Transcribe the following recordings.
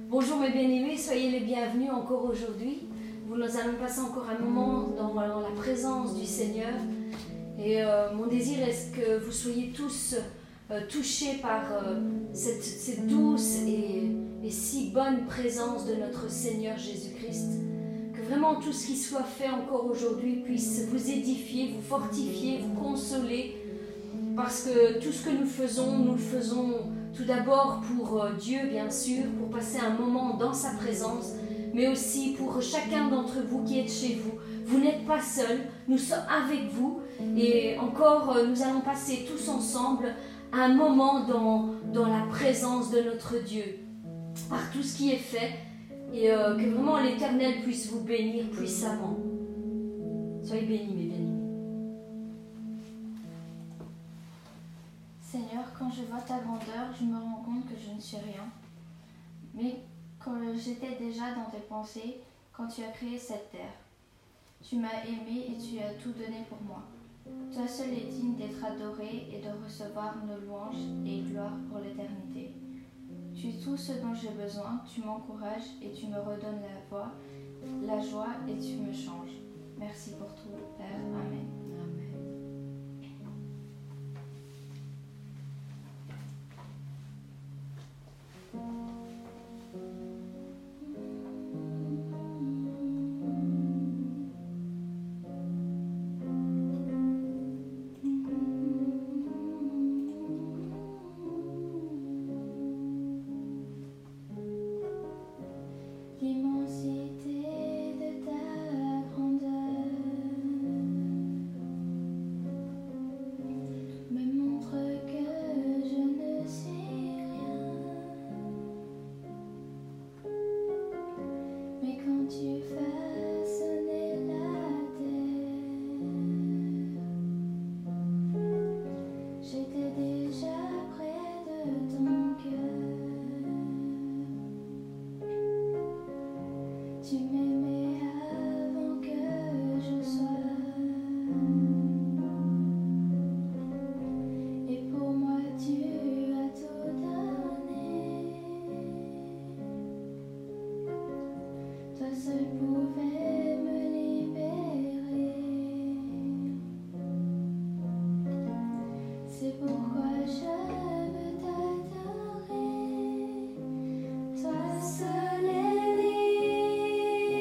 Bonjour mes bien-aimés, soyez les bienvenus encore aujourd'hui. Nous allons passer encore un moment dans la présence du Seigneur. Et mon désir est que vous soyez tous touchés par cette douce et si bonne présence de notre Seigneur Jésus-Christ. Que vraiment tout ce qui soit fait encore aujourd'hui puisse vous édifier, vous fortifier, vous consoler. Parce que tout ce que nous le faisons tout d'abord pour Dieu, bien sûr, pour passer un moment dans sa présence, mais aussi pour chacun d'entre vous qui êtes chez vous. Vous n'êtes pas seuls, nous sommes avec vous et encore nous allons passer tous ensemble un moment dans la présence de notre Dieu, par tout ce qui est fait et que vraiment l'Éternel puisse vous bénir puissamment. Soyez bénis mes bien-aimés. Seigneur, quand je vois ta grandeur, je me rends compte que je ne suis rien. Mais quand j'étais déjà dans tes pensées, quand tu as créé cette terre, tu m'as aimé et tu as tout donné pour moi. Toi seul es digne d'être adoré et de recevoir nos louanges et gloires pour l'éternité. Tu es tout ce dont j'ai besoin, tu m'encourages et tu me redonnes la joie et tu me changes. Merci pour tout, Père. Amen. Toi seul est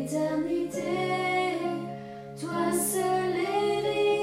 l'éternité, toi seul est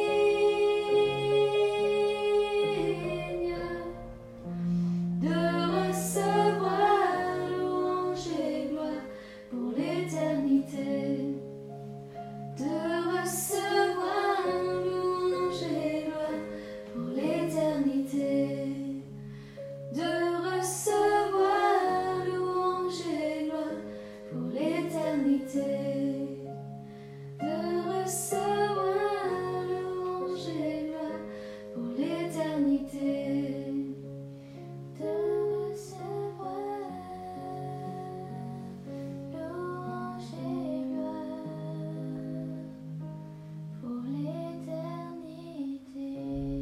digne de recevoir louange et gloire pour l'éternité, de recevoir louange et gloire pour l'éternité, de recevoir louange et gloire pour l'éternité, de recevoir louange et gloire pour l'éternité, de recevoir louange et gloire pour l'éternité.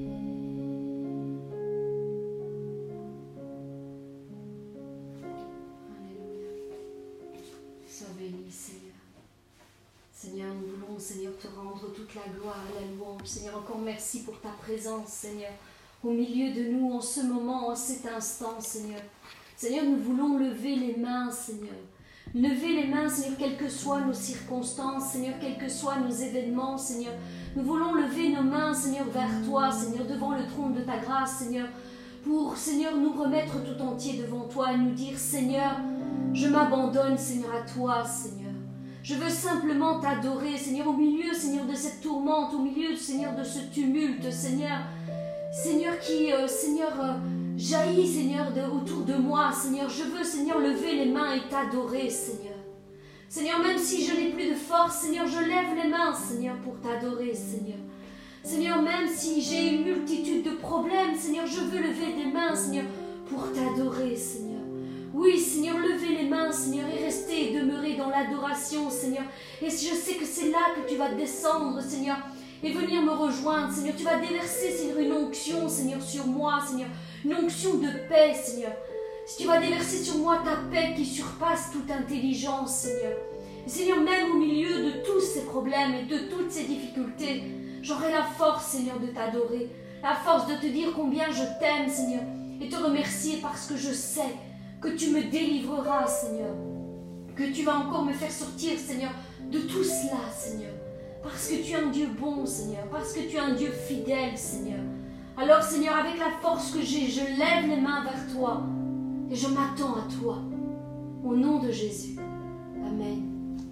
Alléluia. Sois béni, Seigneur. Seigneur, nous voulons, Seigneur, te rendre toute la gloire et la louange. Seigneur, encore merci pour ta présence, Seigneur, au milieu de nous, en ce moment, en cet instant, Seigneur. Seigneur, nous voulons lever les mains, Seigneur. Lever les mains, Seigneur, quelles que soient nos circonstances, Seigneur, quels que soient nos événements, Seigneur. Nous voulons lever nos mains, Seigneur, vers toi, Seigneur, devant le trône de ta grâce, Seigneur, pour, Seigneur, nous remettre tout entier devant toi et nous dire, Seigneur, je m'abandonne, Seigneur, à toi, Seigneur. Je veux simplement t'adorer, Seigneur, au milieu, Seigneur, de cette tourmente, au milieu, Seigneur, de ce tumulte, Seigneur. Seigneur, qui, jaillit, Seigneur, autour de moi, Seigneur. Je veux, Seigneur, lever les mains et t'adorer, Seigneur. Seigneur, même si je n'ai plus de force, Seigneur, je lève les mains, Seigneur, pour t'adorer, Seigneur. Seigneur, même si j'ai une multitude de problèmes, Seigneur, je veux lever des mains, Seigneur, pour t'adorer, Seigneur. Oui, Seigneur, levez les mains, Seigneur, et restez et demeurez dans l'adoration, Seigneur. Et je sais que c'est là que tu vas descendre, Seigneur, et venir me rejoindre, Seigneur. Tu vas déverser, Seigneur, une onction, Seigneur, sur moi, Seigneur. Une onction de paix, Seigneur. Si tu vas déverser sur moi ta paix qui surpasse toute intelligence, Seigneur. Et Seigneur, même au milieu de tous ces problèmes et de toutes ces difficultés, j'aurai la force, Seigneur, de t'adorer. La force de te dire combien je t'aime, Seigneur. Et te remercier parce que je sais que tu me délivreras, Seigneur. Que tu vas encore me faire sortir, Seigneur, de tout cela, Seigneur. Parce que tu es un Dieu bon, Seigneur. Parce que tu es un Dieu fidèle, Seigneur. Alors, Seigneur, avec la force que j'ai, je lève les mains vers toi. Et je m'attends à toi. Au nom de Jésus. Amen.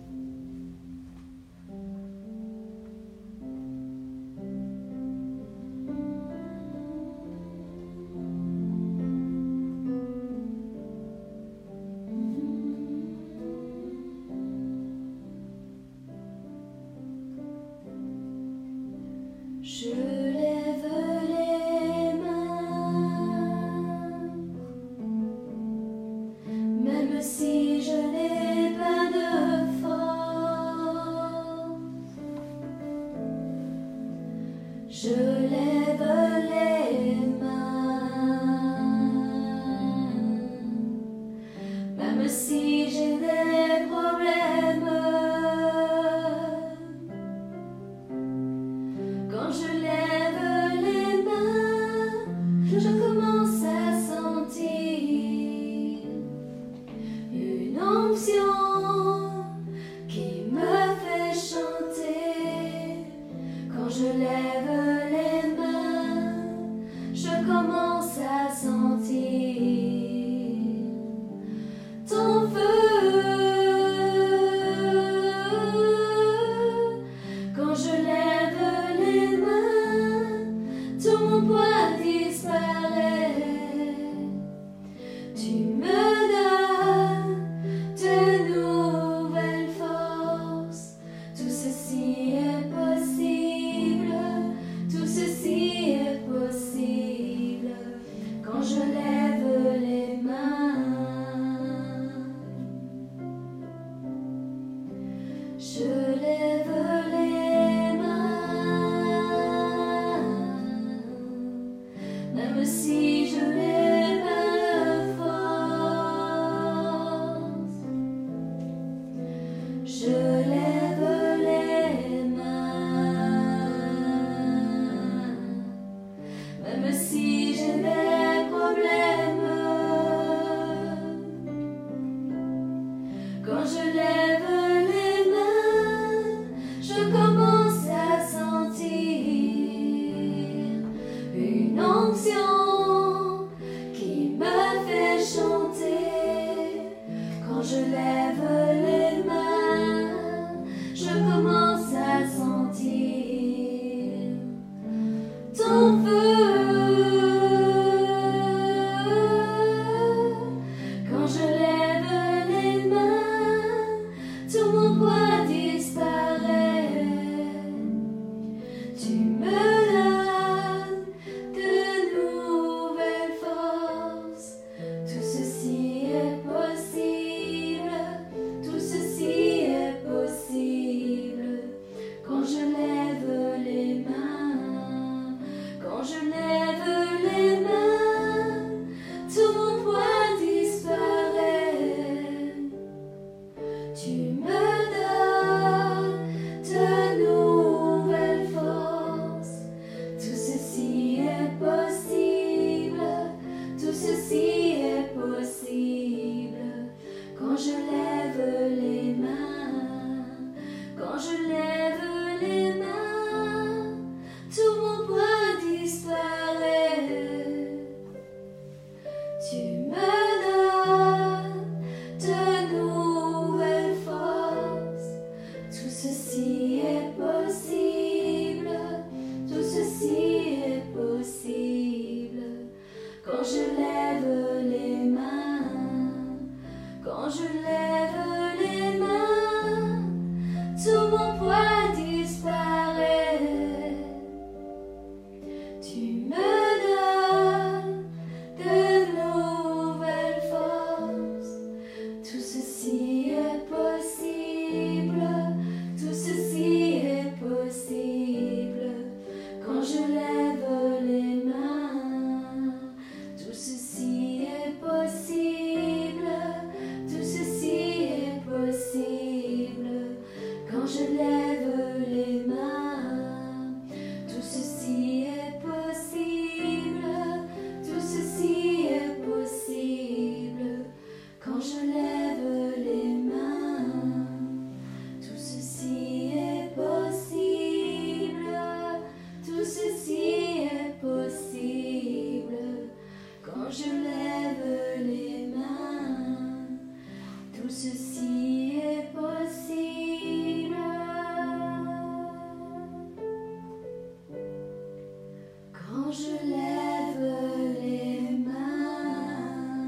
Je lève les mains, même si je n'ai pas de force. Je lève les mains, même si j'ai des problèmes. Quand je lève les mains, je commence à sentir une onction qui me fait chanter. Quand je lève les mains, je commence à sentir ton feu. Quand je lève les mains, tout mon poids disparaît. Tu me donnes de nouvelles forces. Tout ceci est possible. Tout ceci est possible. Quand je lève les mains, je lève les mains, même si je n'ai pas de force. Je lève les mains, même si j'ai des problèmes. Quand je lève les mains, je lève les mains, tout ceci est possible, tout ceci est possible. Quand je lève les mains, tout ceci est possible, tout ceci est possible. Quand je lève les mains, tout ceci est possible. Quand je lève les mains.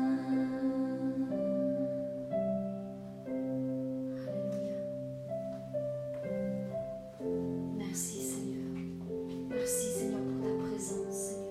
Alléluia. Merci Seigneur. Merci Seigneur pour ta présence, Seigneur.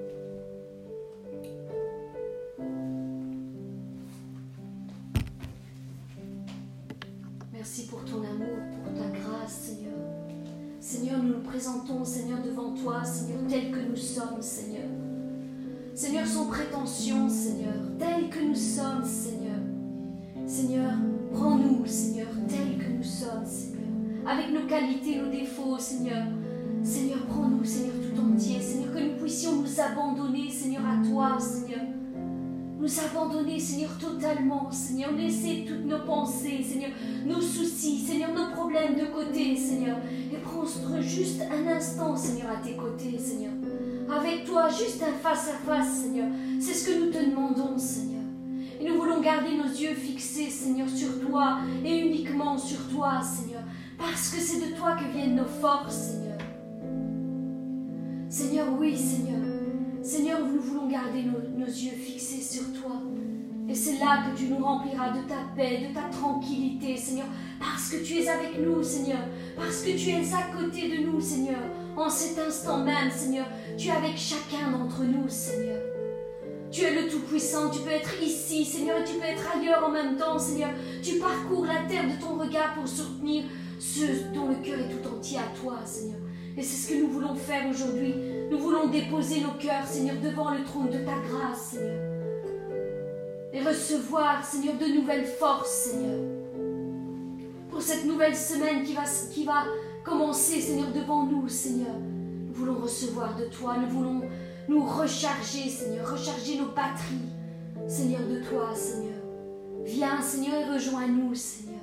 Merci pour ton amour, pour ta grâce, Seigneur. Seigneur, nous nous présentons, Seigneur, devant toi, Seigneur, tels que nous sommes, Seigneur. Seigneur, sans prétention, Seigneur, tels que nous sommes, Seigneur. Seigneur, prends-nous, Seigneur, tels que nous sommes, Seigneur. Avec nos qualités, nos défauts, Seigneur. Seigneur, prends-nous, Seigneur, tout entier. Seigneur, que nous puissions nous abandonner, Seigneur, à toi, Seigneur. Nous abandonner, Seigneur, totalement, Seigneur. Laisser toutes nos pensées, Seigneur, nos soucis, Seigneur, nos problèmes de côté, Seigneur. Et prendre juste un instant, Seigneur, à tes côtés, Seigneur. Avec toi, juste un face à face, Seigneur. C'est ce que nous te demandons, Seigneur. Et nous voulons garder nos yeux fixés, Seigneur, sur toi et uniquement sur toi, Seigneur. Parce que c'est de toi que viennent nos forces, Seigneur. Seigneur, oui, Seigneur. Seigneur, nous voulons garder nos yeux fixés sur toi. Et c'est là que tu nous rempliras de ta paix, de ta tranquillité, Seigneur. Parce que tu es avec nous, Seigneur. Parce que tu es à côté de nous, Seigneur. En cet instant même, Seigneur, tu es avec chacun d'entre nous, Seigneur. Tu es le Tout-Puissant, tu peux être ici, Seigneur, et tu peux être ailleurs en même temps, Seigneur. Tu parcours la terre de ton regard pour soutenir ceux dont le cœur est tout entier à toi, Seigneur. Et c'est ce que nous voulons faire aujourd'hui. Nous voulons déposer nos cœurs, Seigneur, devant le trône de ta grâce, Seigneur. Et recevoir, Seigneur, de nouvelles forces, Seigneur. Pour cette nouvelle semaine qui va commencer, Seigneur, devant nous, Seigneur. Nous voulons recevoir de toi. Nous voulons nous recharger, Seigneur. Recharger nos batteries, Seigneur, de toi, Seigneur. Viens, Seigneur, et rejoins-nous, Seigneur.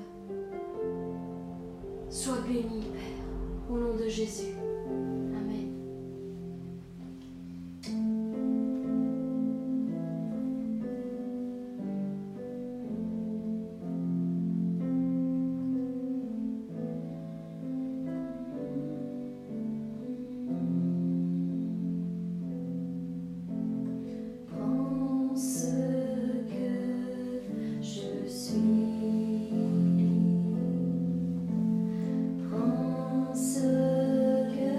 Sois béni, Père, au nom de Jésus. Amen. Prends ce que je suis. Prends ce que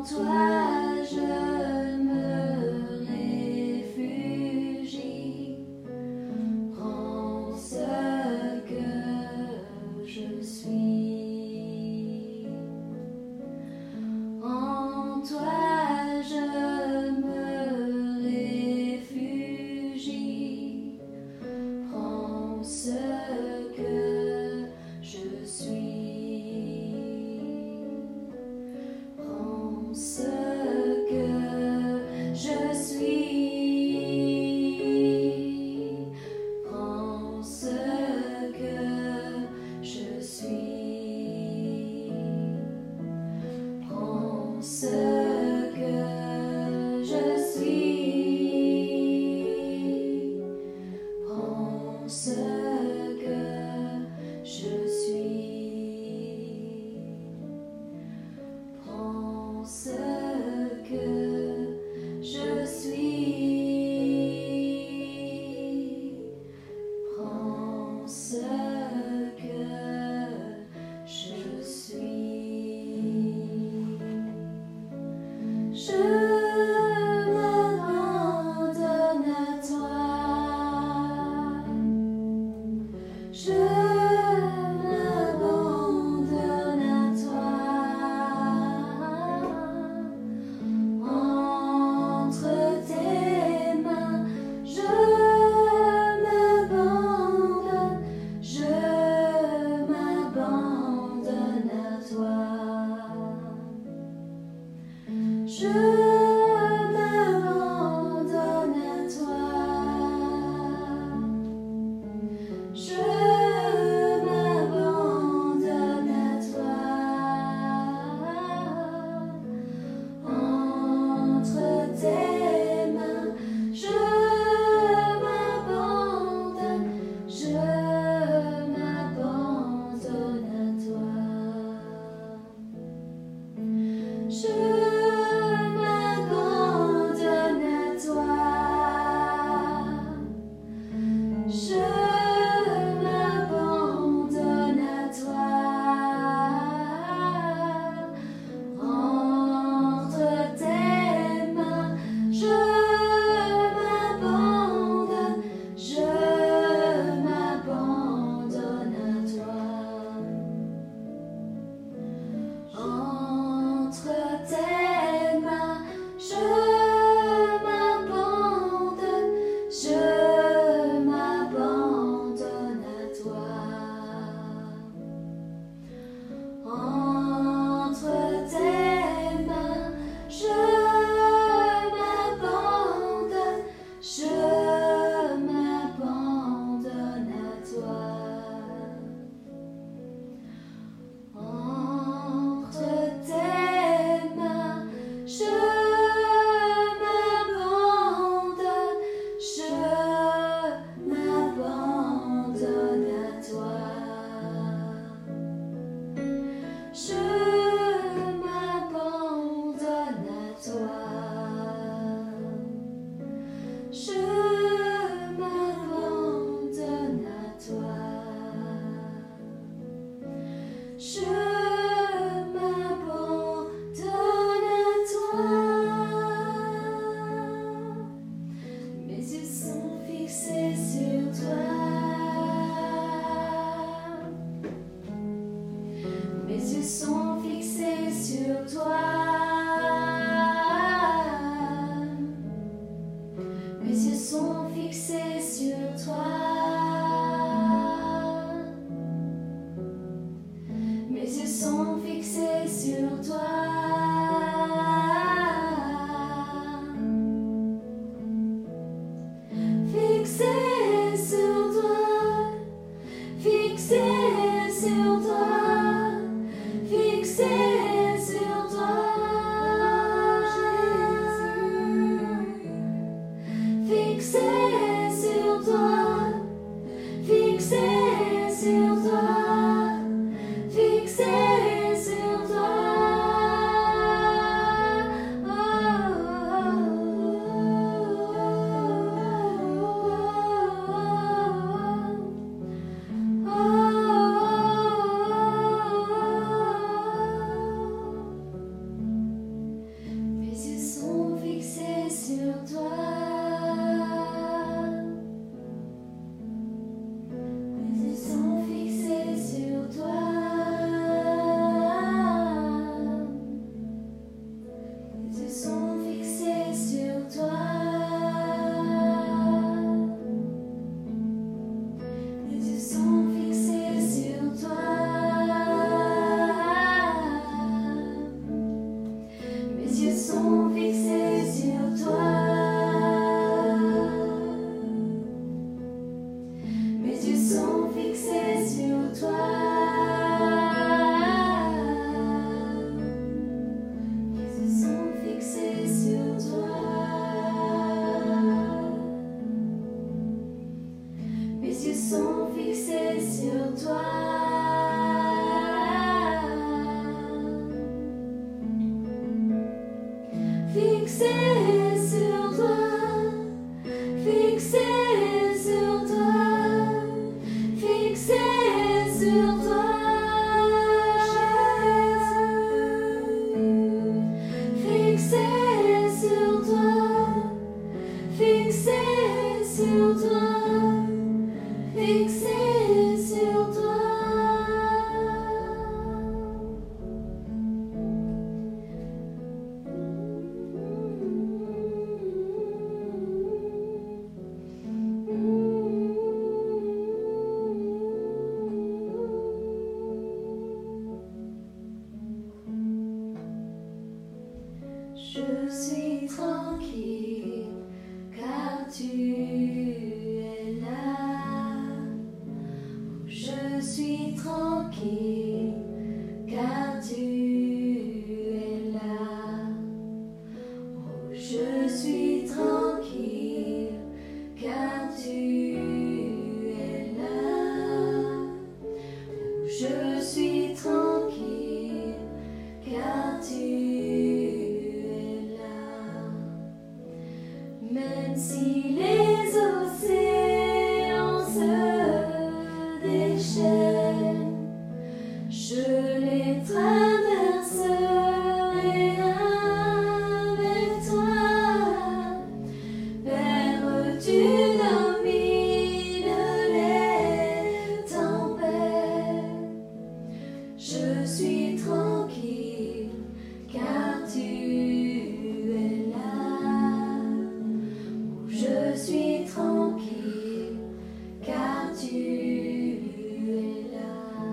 toi je me réfugie. Prends ce que je suis. En toi je me réfugie. Prends ce que je suis. Prends ce que je suis. Prends ce que je suis. Prends ce que je suis. Prends ce que je suis. Prends ce que je suis. Prends ce que je suis. Je m'abandonne à toi. Je m'abandonne à toi. Entre tes mains, je m'abandonne. Je m'abandonne à toi. Je m'abandonne à toi. Je m'abandonne à toi. Entre tes mains, je m'abandonne. Je m'abandonne à toi. Je m'abandonne sont fixés sur toi. Mes yeux sont fixés sur toi. Mes yeux sont fixés sur toi. Mes yeux sont fixés sur toi. Fixés sur toi, fixés sur toi, fixés sur toi, fixés sur toi, fixés sur toi, fixés sur toi. Je suis tranquille car tu es là. Je suis tranquille car tu es là. Je suis tranquille car tu es là. Je suis tranquille car tu même si les océans se déchaînent, je les traverserai avec toi. Père, tu domines les tempêtes. Je suis tranquille car tu es là. Je suis tranquille car tu es là.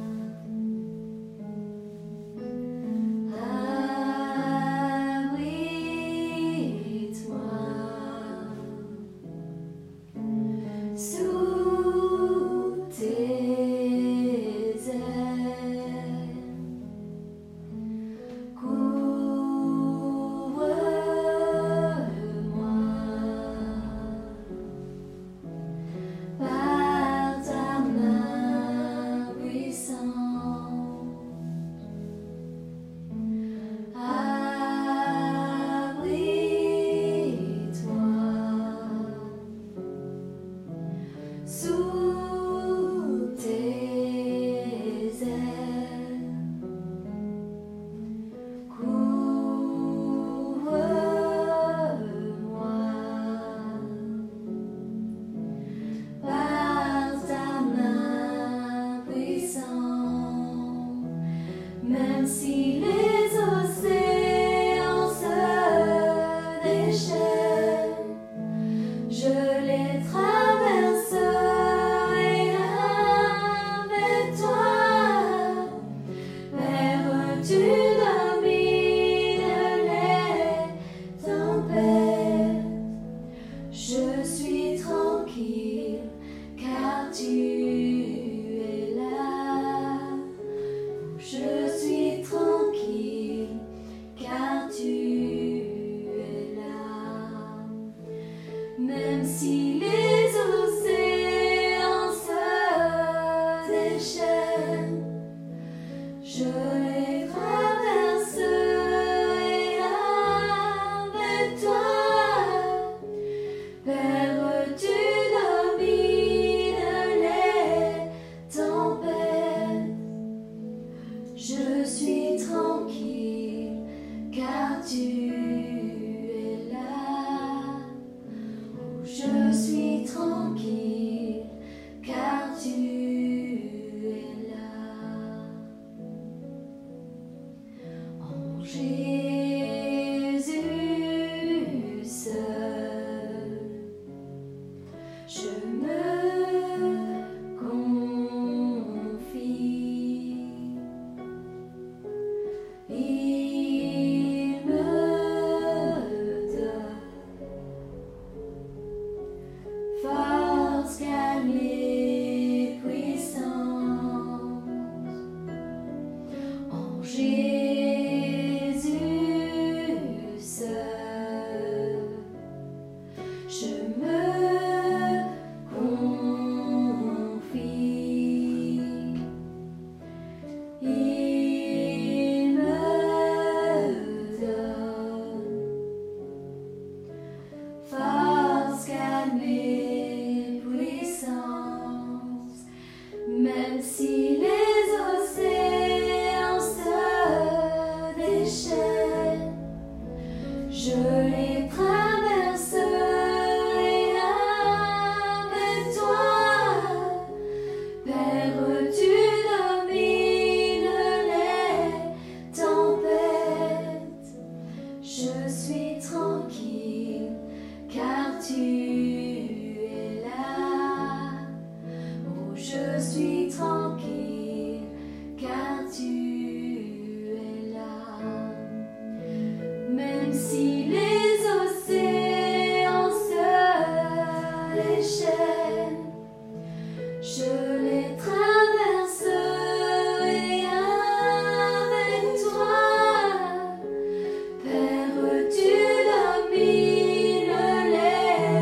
Abrite-moi sous tes ailes. Par ta main puissante, abrite-moi sous tes ailes. Couvre-moi par ta main puissante, même si les océans se déchaînent, je les traverserai avec toi. Père, tu domines les tempêtes. Je suis tranquille car tu es là. Je suis tranquille car tu es là. Même si les océans se déchaînent, je les traverserai avec toi. Père, tu domines les tempêtes. Je suis tranquille car tu es là. Je suis tranquille car tu es là. En Jésus seul, je me confie. Il me Je les traverserai avec toi. Père, tu domines les tempêtes. Je suis tranquille car tu es là. Oh, je suis tranquille car tu es là. Même si les océans se déchaînent, je les traverserai avec toi. Père, tu domines les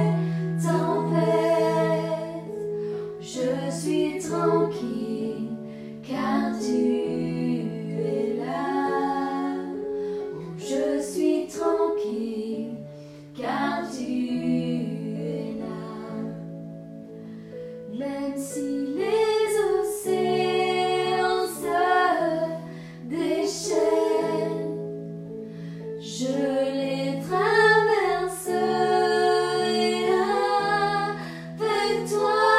tempêtes. Je suis tranquille car tu es là. Oh, je suis tranquille car tu es là. Même si les océans se déchaînent, je les traverserai avec toi.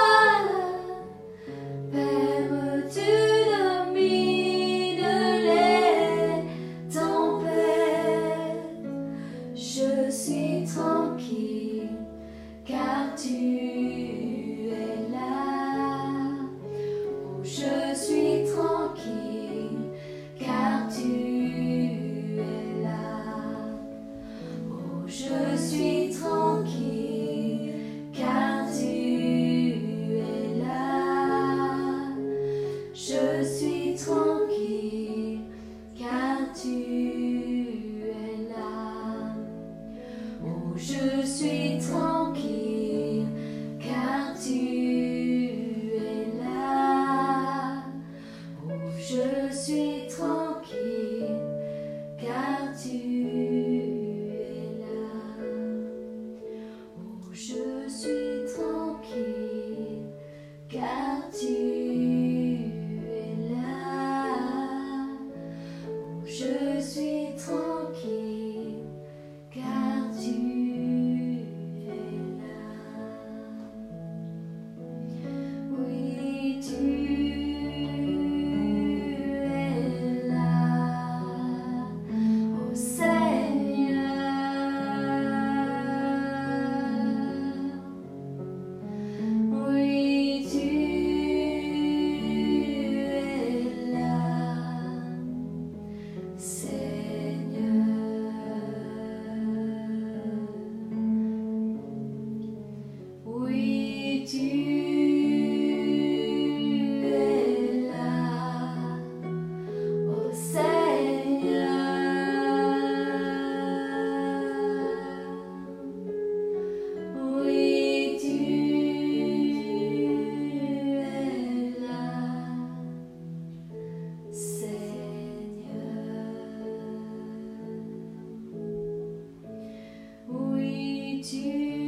Père, tu domines les tempêtes. Je suis tranquille car tu es là. Oh, je suis tranquille car tu es là. Oh, je suis tranquille car tu es là. Je suis tranquille car tu es là. Oh, je suis tranquille car tu es là. Oh, je suis tranquille car tu es là. Oh, je suis tranquille car tu es là. Oh, je suis tranquille car tu es là. Oui, tu es là, oh Seigneur. Oui, tu es là, Seigneur. Oui, tu es là, oh Seigneur. Oui, tu es là, Seigneur. Oui, tu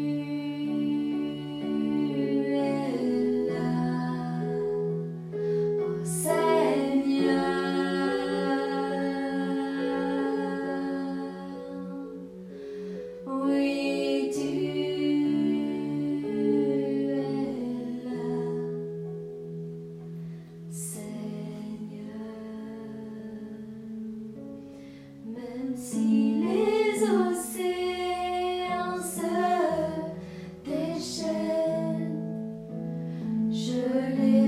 es là, oh Seigneur. Oui, tu es là, Seigneur. Même si les océans se déchaînent, je les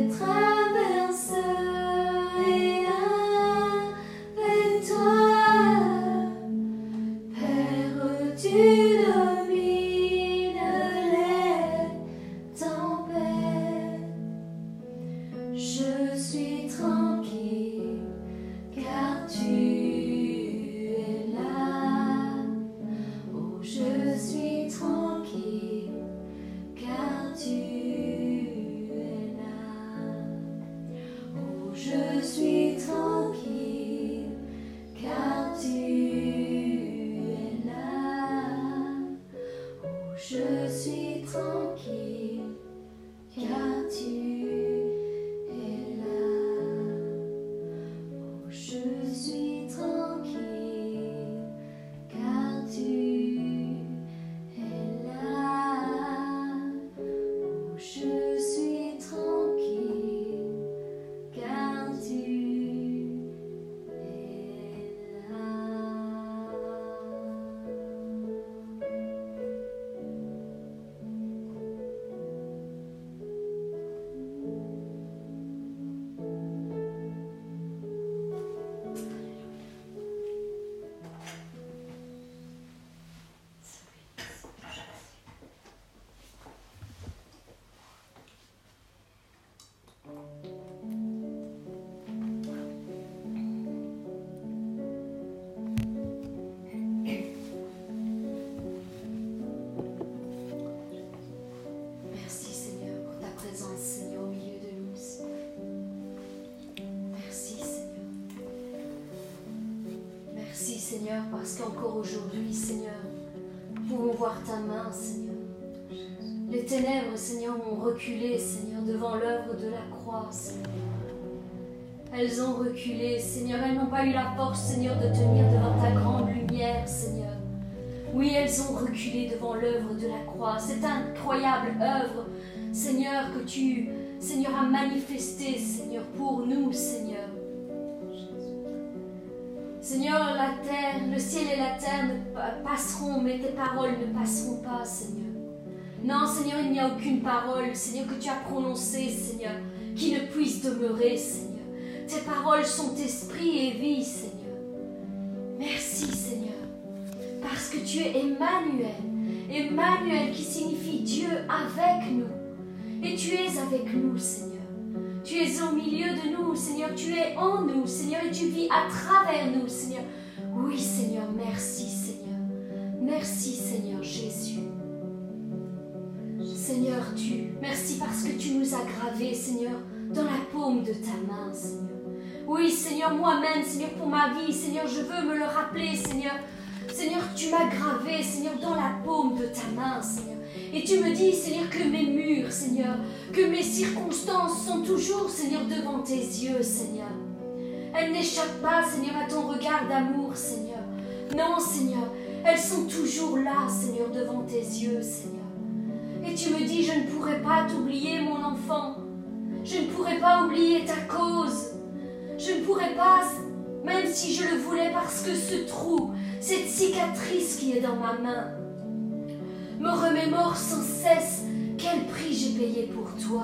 traverserai avec toi. Père, tu domines les tempêtes. Je suis tranquille car tu es là. Oh, je suis tranquille car tu es là. Oh, je suis tranquille car tu es là. parce qu'encore aujourd'hui, Seigneur, nous pouvons voir ta main, Seigneur. Les ténèbres, Seigneur, ont reculé, Seigneur, devant l'œuvre de la croix, Seigneur. Elles ont reculé, Seigneur. Elles n'ont pas eu la force, Seigneur, de tenir devant ta grande lumière, Seigneur. Oui, elles ont reculé devant l'œuvre de la croix. Cette incroyable œuvre, Seigneur, que tu, Seigneur, as manifestée, Seigneur, pour nous, Seigneur. Seigneur, la terre, le ciel et la terre passeront, mais tes paroles ne passeront pas, Seigneur. Non, Seigneur, il n'y a aucune parole, Seigneur, que tu as prononcée, Seigneur, qui ne puisse demeurer, Seigneur. Tes paroles sont esprit et vie, Seigneur. Merci, Seigneur, parce que tu es Emmanuel. Emmanuel qui signifie Dieu avec nous. Et tu es avec nous, Seigneur. Tu es au milieu de nous, Seigneur. Tu es en nous, Seigneur, et tu vis à travers nous, Seigneur. Oui, Seigneur, merci, Seigneur. Merci, Seigneur Jésus. Seigneur, merci parce que tu nous as gravés, Seigneur, dans la paume de ta main, Seigneur. Oui, Seigneur, moi-même, Seigneur, pour ma vie, Seigneur, je veux me le rappeler, Seigneur. Seigneur, tu m'as gravé, Seigneur, dans la paume de ta main, Seigneur. Et tu me dis, Seigneur, que mes murs, Seigneur, que mes circonstances sont toujours, Seigneur, devant tes yeux, Seigneur. Elles n'échappent pas, Seigneur, à ton regard d'amour, Seigneur. Non, Seigneur, elles sont toujours là, Seigneur, devant tes yeux, Seigneur. Et tu me dis, je ne pourrai pas t'oublier, mon enfant. Je ne pourrai pas oublier ta cause. Je ne pourrai pas, même si je le voulais, parce que ce trou, cette cicatrice qui est dans ma main, me remémore sans cesse quel prix j'ai payé pour toi.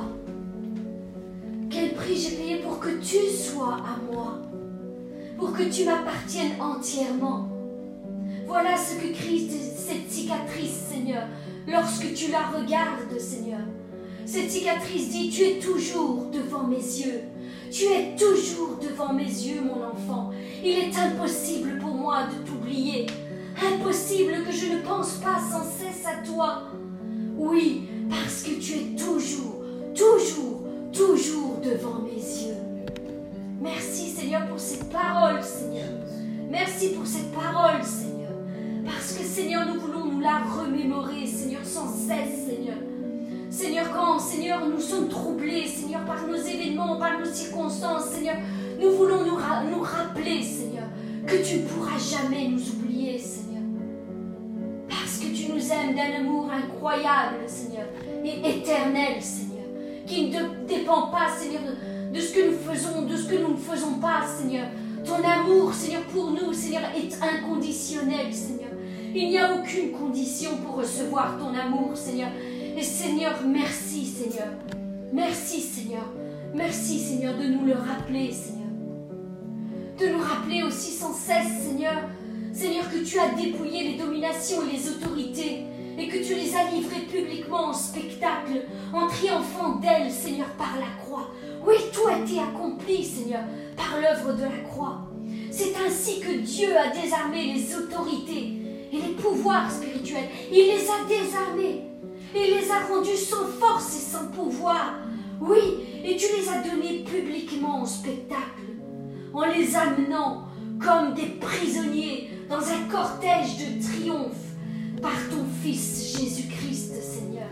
Quel prix j'ai payé pour que tu sois à moi. Pour que tu m'appartiennes entièrement. Voilà ce que crie cette cicatrice, Seigneur, lorsque tu la regardes, Seigneur. Cette cicatrice dit, tu es toujours devant mes yeux. Tu es toujours devant mes yeux, mon enfant. Il est impossible pour moi de t'oublier. Impossible que je ne pense pas sans cesse à toi. Oui, parce que tu es toujours, toujours, toujours devant mes yeux. Merci, Seigneur, pour cette parole, Seigneur. Merci pour cette parole, Seigneur. Parce que, Seigneur, nous voulons nous la remémorer, Seigneur, sans cesse, Seigneur. Seigneur, quand, Seigneur, nous sommes troublés, Seigneur, par nos événements, par nos circonstances, Seigneur, nous voulons nous rappeler, Seigneur, que tu ne pourras jamais nous oublier, Seigneur. Parce que tu nous aimes d'un amour incroyable, Seigneur, et éternel, Seigneur, qui ne dépend pas, Seigneur, de ce que nous faisons, de ce que nous ne faisons pas, Seigneur. Ton amour, Seigneur, pour nous, Seigneur, est inconditionnel, Seigneur. Il n'y a aucune condition pour recevoir ton amour, Seigneur. Et Seigneur, merci, Seigneur. Merci, Seigneur. Merci, Seigneur, de nous le rappeler, Seigneur. De nous rappeler aussi sans cesse, Seigneur, Seigneur, que tu as dépouillé les dominations et les autorités et que tu les as livrées publiquement en spectacle, en triomphant d'elles, Seigneur, par la croix. Oui, tout a été accompli, Seigneur, par l'œuvre de la croix. C'est ainsi que Dieu a désarmé les autorités et les pouvoirs spirituels. Il les a désarmés. Il les a rendus sans force et sans pouvoir. Oui, et tu les as donnés publiquement en spectacle, en les amenant comme des prisonniers dans un cortège de triomphe par ton Fils Jésus-Christ, Seigneur.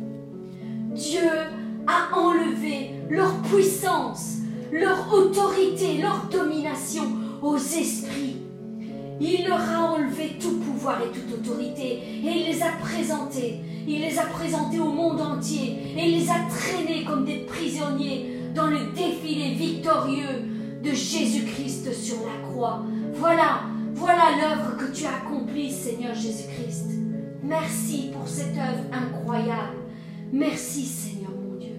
Dieu a enlevé leur puissance, leur autorité, leur domination aux esprits. Il leur a enlevé tout pouvoir et toute autorité et il les a présentés. Il les a présentés au monde entier et il les a traînés comme des prisonniers dans le défilé victorieux de Jésus-Christ sur la croix. Voilà l'œuvre que tu as accomplie, Seigneur Jésus-Christ. Merci pour cette œuvre incroyable. Merci, Seigneur mon Dieu.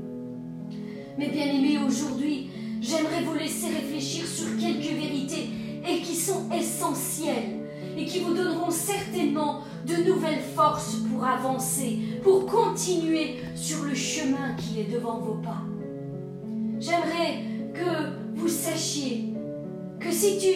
Mes bien-aimés, aujourd'hui, j'aimerais vous laisser réfléchir sur quelques vérités et qui sont essentielles et qui vous donneront certainement de nouvelles forces pour avancer, pour continuer sur le chemin qui est devant vos pas. J'aimerais que vous sachiez que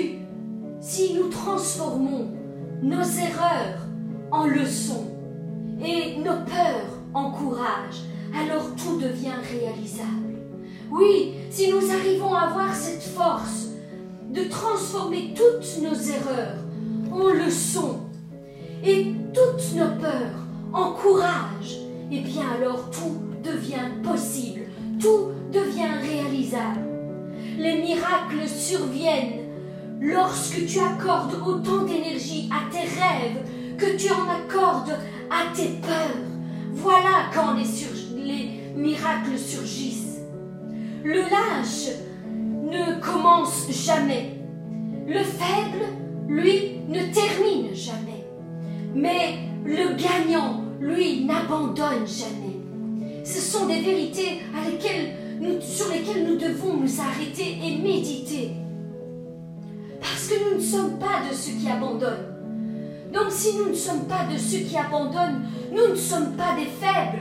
si nous transformons nos erreurs en leçons et nos peurs en courage, alors tout devient réalisable. Oui, si nous arrivons à avoir cette force de transformer toutes nos erreurs en leçon et toutes nos peurs en courage, eh bien alors tout devient possible, tout devient réalisable. Les miracles surviennent lorsque tu accordes autant d'énergie à tes rêves que tu en accordes à tes peurs. Voilà quand les miracles surgissent. Le lâche ne commence jamais. Le faible, lui, ne termine jamais. Mais le gagnant, lui, n'abandonne jamais. Ce sont des vérités sur lesquelles nous devons nous arrêter et méditer. Parce que nous ne sommes pas de ceux qui abandonnent. Donc si nous ne sommes pas de ceux qui abandonnent, nous ne sommes pas des faibles.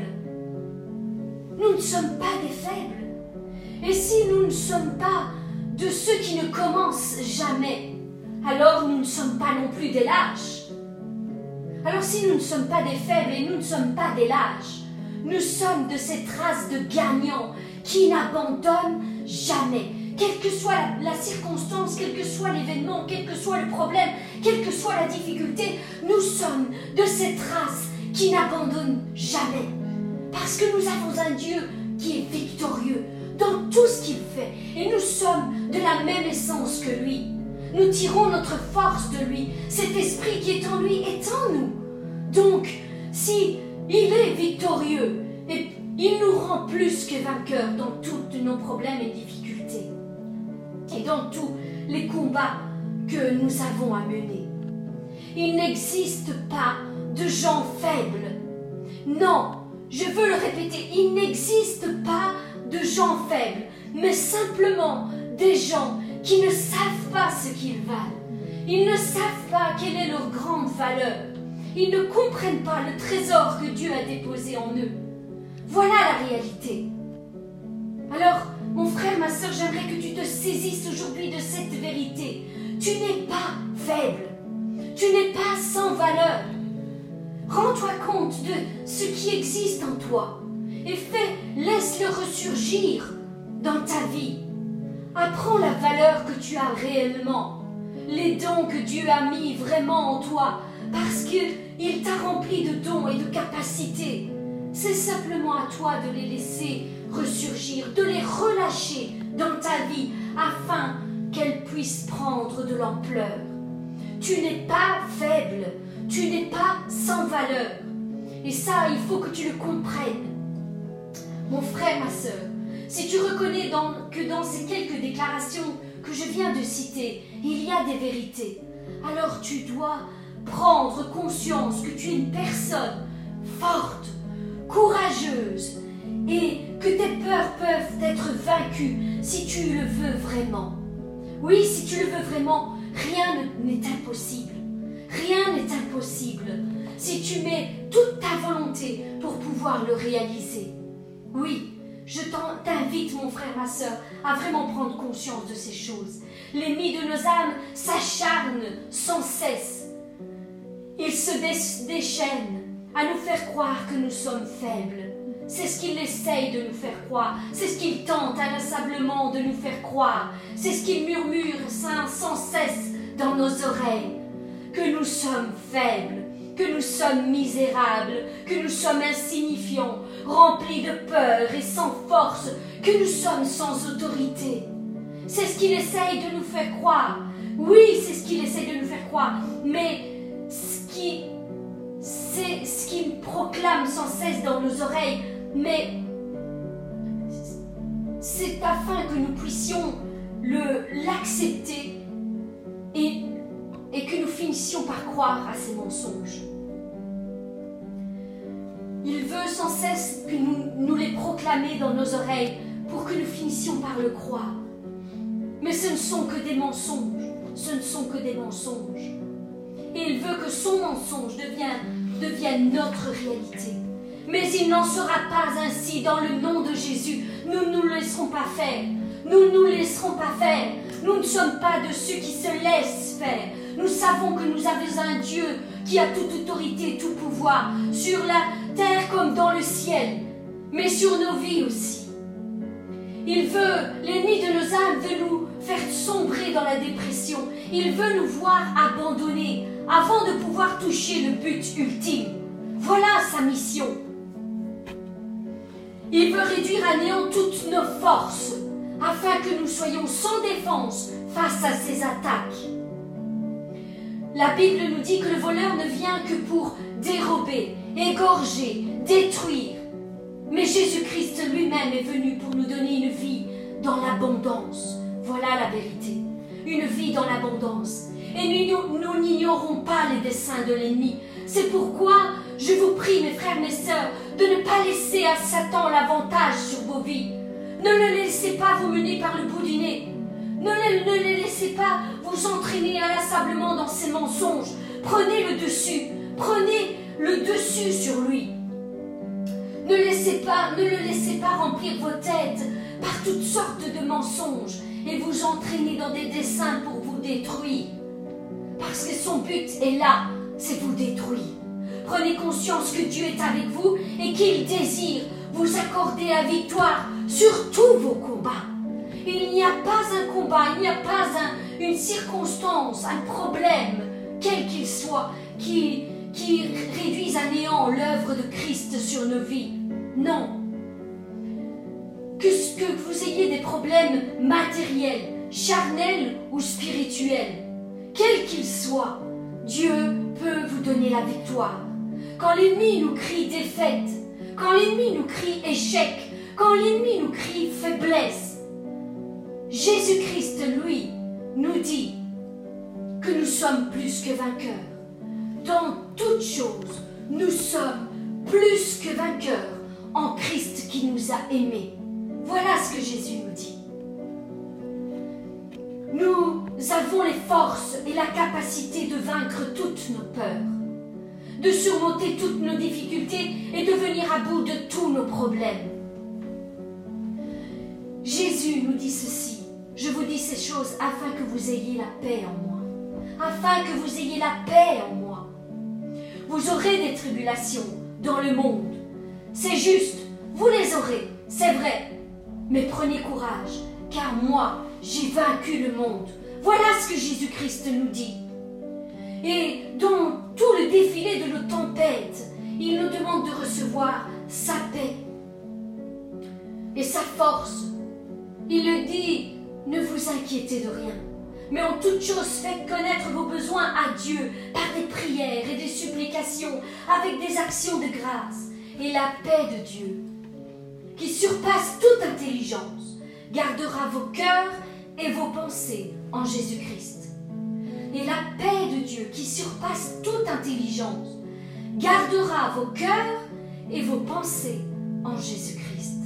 Nous ne sommes pas des faibles. Et si nous ne sommes pas de ceux qui ne commencent jamais, alors nous ne sommes pas non plus des lâches. Alors si nous ne sommes pas des faibles et nous ne sommes pas des lâches, nous sommes de ces traces de gagnants qui n'abandonnent jamais. Quelle que soit la circonstance, quel que soit l'événement, quel que soit le problème, quelle que soit la difficulté, nous sommes de ces traces qui n'abandonnent jamais. Parce que nous avons un Dieu qui est victorieux dans tout ce qu'il fait. Et nous sommes de la même essence que lui. Nous tirons notre force de lui. Cet esprit qui est en lui est en nous. Donc, si il est victorieux, et il nous rend plus que vainqueurs dans tous nos problèmes et difficultés. Et dans tous les combats que nous avons à mener. Il n'existe pas de gens faibles. Non, je veux le répéter, il n'existe pas de gens faibles, mais simplement des gens qui ne savent pas ce qu'ils valent. Ils ne savent pas quelle est leur grande valeur. Ils ne comprennent pas le trésor que Dieu a déposé en eux. Voilà la réalité. Alors, mon frère, ma sœur, j'aimerais que tu te saisisses aujourd'hui de cette vérité. Tu n'es pas faible. Tu n'es pas sans valeur. Rends-toi compte de ce qui existe en toi et laisse-le ressurgir dans ta vie. Apprends la valeur que tu as réellement, les dons que Dieu a mis vraiment en toi, parce qu'il t'a rempli de dons et de capacités. C'est simplement à toi de les laisser ressurgir, de les relâcher dans ta vie afin qu'elles puissent prendre de l'ampleur. Tu n'es pas faible, tu n'es pas sans valeur. Et ça, il faut que tu le comprennes. Mon frère, ma sœur, si tu reconnais que dans ces quelques déclarations que je viens de citer, il y a des vérités, alors tu dois prendre conscience que tu es une personne forte, courageuse, et que tes peurs peuvent être vaincues si tu le veux vraiment. Oui, si tu le veux vraiment, rien n'est impossible. Rien n'est impossible si tu mets toute ta volonté pour pouvoir le réaliser. Oui, je t'invite, mon frère, ma sœur, à vraiment prendre conscience de ces choses. L'ennemi de nos âmes s'acharne sans cesse. Il se déchaîne à nous faire croire que nous sommes faibles. C'est ce qu'il essaye de nous faire croire. C'est ce qu'il tente inlassablement de nous faire croire. C'est ce qu'il murmure sans cesse dans nos oreilles. Que nous sommes faibles, que nous sommes misérables, que nous sommes insignifiants, remplis de peur et sans force, que nous sommes sans autorité. C'est ce qu'il essaye de nous faire croire. Oui, c'est ce qu'il essaye de nous faire croire. Mais c'est ce qu'il proclame sans cesse dans nos oreilles. Mais c'est afin que nous puissions l'accepter et que nous finissions par croire à ces mensonges. Il veut sans cesse que nous les proclamer dans nos oreilles pour que nous finissions par le croire. Mais ce ne sont que des mensonges. Ce ne sont que des mensonges. Et il veut que son mensonge devienne notre réalité. Mais il n'en sera pas ainsi dans le nom de Jésus. Nous ne nous laisserons pas faire. Nous ne nous laisserons pas faire. Nous ne sommes pas de ceux qui se laissent faire. Nous savons que nous avons un Dieu qui a toute autorité, tout pouvoir, sur la terre comme dans le ciel, mais sur nos vies aussi. L'ennemi de nos âmes veut nous faire sombrer dans la dépression. Il veut nous voir abandonnés avant de pouvoir toucher le but ultime. Voilà sa mission. Il veut réduire à néant toutes nos forces, afin que nous soyons sans défense face à ses attaques. La Bible nous dit que le voleur ne vient que pour dérober, égorger, détruire. Mais Jésus-Christ lui-même est venu pour nous donner une vie dans l'abondance. Voilà la vérité. Une vie dans l'abondance. Et nous n'ignorons pas les desseins de l'ennemi. C'est pourquoi je vous prie, mes frères, mes sœurs, de ne pas laisser à Satan l'avantage sur vos vies. Ne le laissez pas vous mener par le bout du nez. Ne le laissez pas vous entraîner inlassablement dans ses mensonges. Prenez le dessus. Prenez le dessus sur lui. Ne le laissez pas remplir vos têtes par toutes sortes de mensonges et vous entraîner dans des desseins pour vous détruire. Parce que son but est là, c'est vous détruire. Prenez conscience que Dieu est avec vous et qu'il désire vous accorder la victoire sur tous vos combats. Il n'y a pas un combat, il n'y a pas une circonstance, un problème, quel qu'il soit, qui réduise à néant l'œuvre de Christ sur nos vies. Non. Que vous ayez des problèmes matériels, charnels ou spirituels, quels qu'ils soient, Dieu peut vous donner la victoire. Quand l'ennemi nous crie défaite, quand l'ennemi nous crie échec, quand l'ennemi nous crie faiblesse, Jésus-Christ, lui, nous dit que nous sommes plus que vainqueurs. Dans toutes choses, nous sommes plus que vainqueurs en Christ qui nous a aimés. Voilà ce que Jésus nous dit. Nous avons les forces et la capacité de vaincre toutes nos peurs, de surmonter toutes nos difficultés et de venir à bout de tous nos problèmes. Jésus nous dit ceci: je vous dis ces choses afin que vous ayez la paix en moi. Afin que vous ayez la paix en moi. Vous aurez des tribulations dans le monde. C'est juste, vous les aurez, c'est vrai. Mais prenez courage, car moi, j'ai vaincu le monde. Voilà ce que Jésus-Christ nous dit. Et dans tout le défilé de nos tempêtes, il nous demande de recevoir sa paix et sa force. Il le dit: ne vous inquiétez de rien, mais en toute chose faites connaître vos besoins à Dieu par des prières et des supplications, avec des actions de grâce. Et la paix de Dieu, qui surpasse toute intelligence, gardera vos cœurs et vos pensées en Jésus-Christ. Et la paix de Dieu, qui surpasse toute intelligence, gardera vos cœurs et vos pensées en Jésus-Christ.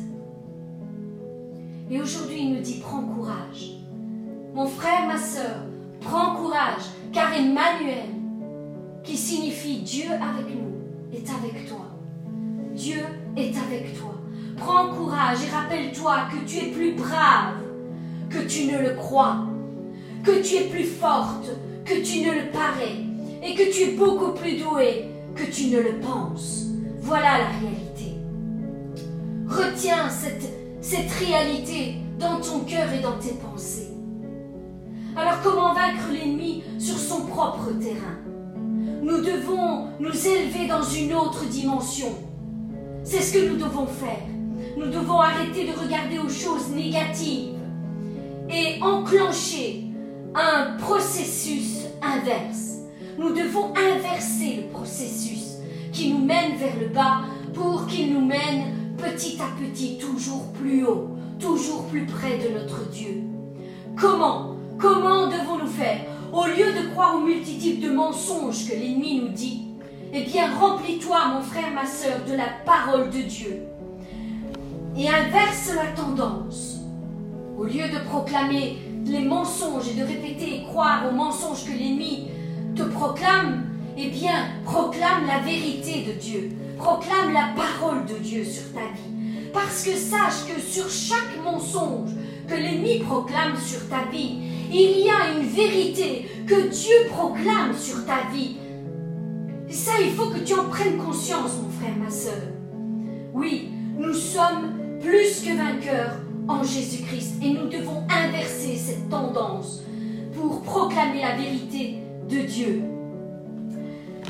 Et aujourd'hui, il nous dit: prends courage. Mon frère, ma sœur, prends courage, car Emmanuel, qui signifie Dieu avec nous, est avec toi. Dieu est avec toi. Prends courage et rappelle-toi que tu es plus brave que tu ne le crois, que tu es plus forte que tu ne le parais et que tu es beaucoup plus douée que tu ne le penses. Voilà la réalité. Retiens cette réalité dans ton cœur et dans tes pensées. Alors comment vaincre l'ennemi sur son propre terrain? Nous devons nous élever dans une autre dimension. C'est ce que nous devons faire. Nous devons arrêter de regarder aux choses négatives et enclencher un processus inverse. Nous devons inverser le processus qui nous mène vers le bas pour qu'il nous mène petit à petit toujours plus haut, toujours plus près de notre Dieu. Comment devons-nous faire? Au lieu de croire aux multitudes de mensonges que l'ennemi nous dit, eh bien remplis-toi, mon frère, ma sœur, de la parole de Dieu et inverse la tendance. Au lieu de proclamer les mensonges et de répéter et croire aux mensonges que l'ennemi te proclame, eh bien proclame la vérité de Dieu, proclame la parole de Dieu sur ta vie. Parce que sache que sur chaque mensonge que l'ennemi proclame sur ta vie, il y a une vérité que Dieu proclame sur ta vie. Et ça, il faut que tu en prennes conscience, mon frère, ma sœur. Oui, nous sommes plus que vainqueurs en Jésus-Christ et nous devons inverser cette tendance pour proclamer la vérité de Dieu.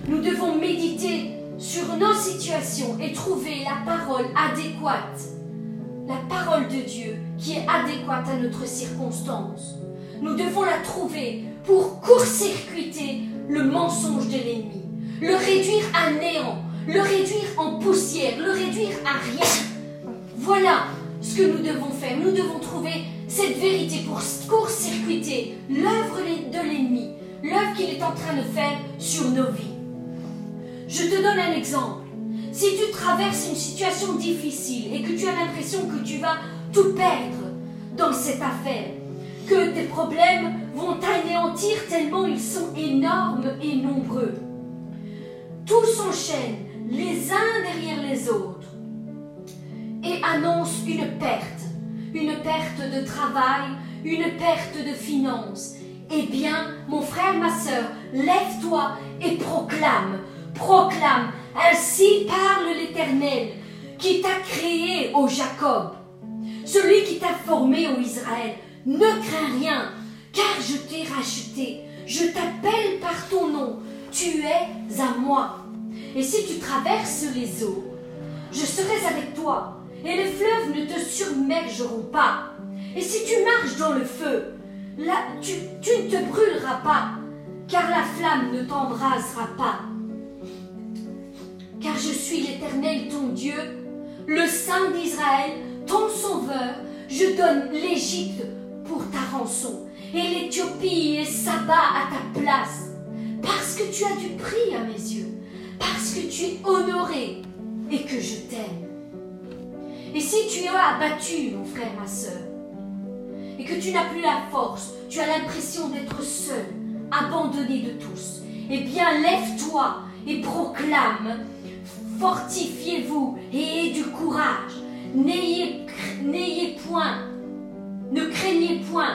Nous devons méditer sur nos situations et trouver la parole adéquate, la parole de Dieu qui est adéquate à notre circonstance. Nous devons la trouver pour court-circuiter le mensonge de l'ennemi, le réduire à néant, le réduire en poussière, le réduire à rien. Voilà ce que nous devons faire. Nous devons trouver cette vérité pour court-circuiter l'œuvre de l'ennemi, l'œuvre qu'il est en train de faire sur nos vies. Je te donne un exemple. Si tu traverses une situation difficile et que tu as l'impression que tu vas tout perdre dans cette affaire, que tes problèmes vont t'anéantir tellement ils sont énormes et nombreux, tout s'enchaîne les uns derrière les autres et annonce une perte de travail, une perte de finances. Eh bien, mon frère, ma sœur, lève-toi et proclame, ainsi parle l'Éternel, qui t'a créé, ô Jacob, celui qui t'a formé, ô Israël. Ne crains rien, car je t'ai racheté, je t'appelle par ton nom, tu es à moi. Et si tu traverses les eaux, je serai avec toi, et les fleuves ne te submergeront pas. Et si tu marches dans le feu, là, tu ne te brûleras pas, car la flamme ne t'embrasera pas. Car je suis l'Éternel, ton Dieu, le Saint d'Israël, ton Sauveur. Je donne l'Égypte pour ta rançon, et l'Éthiopie et Saba à ta place, parce que tu as du prix à mes yeux, parce que tu es honoré et que je t'aime. Et si tu es abattu, mon frère, ma sœur, et que tu n'as plus la force, tu as l'impression d'être seul, abandonné de tous, eh bien lève-toi et proclame, fortifiez-vous et ayez du courage, n'ayez point, ne craignez point,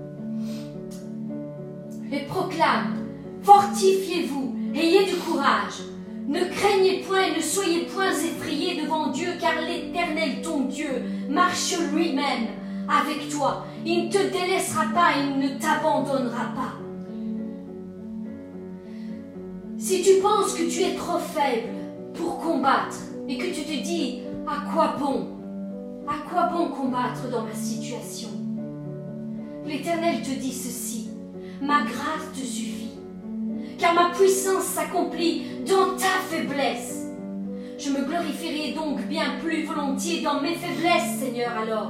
et proclame, fortifiez-vous, ayez du courage, ne craignez point et ne soyez point effrayés devant Dieu, car l'Éternel, ton Dieu, marche lui-même avec toi. Il ne te délaissera pas, il ne t'abandonnera pas. Si tu penses que tu es trop faible pour combattre et que tu te dis « à quoi bon combattre dans ma situation ?» L'Éternel te dit ceci, « Ma grâce te suffit, car ma puissance s'accomplit dans ta faiblesse. Je me glorifierai donc bien plus volontiers dans mes faiblesses, Seigneur, alors,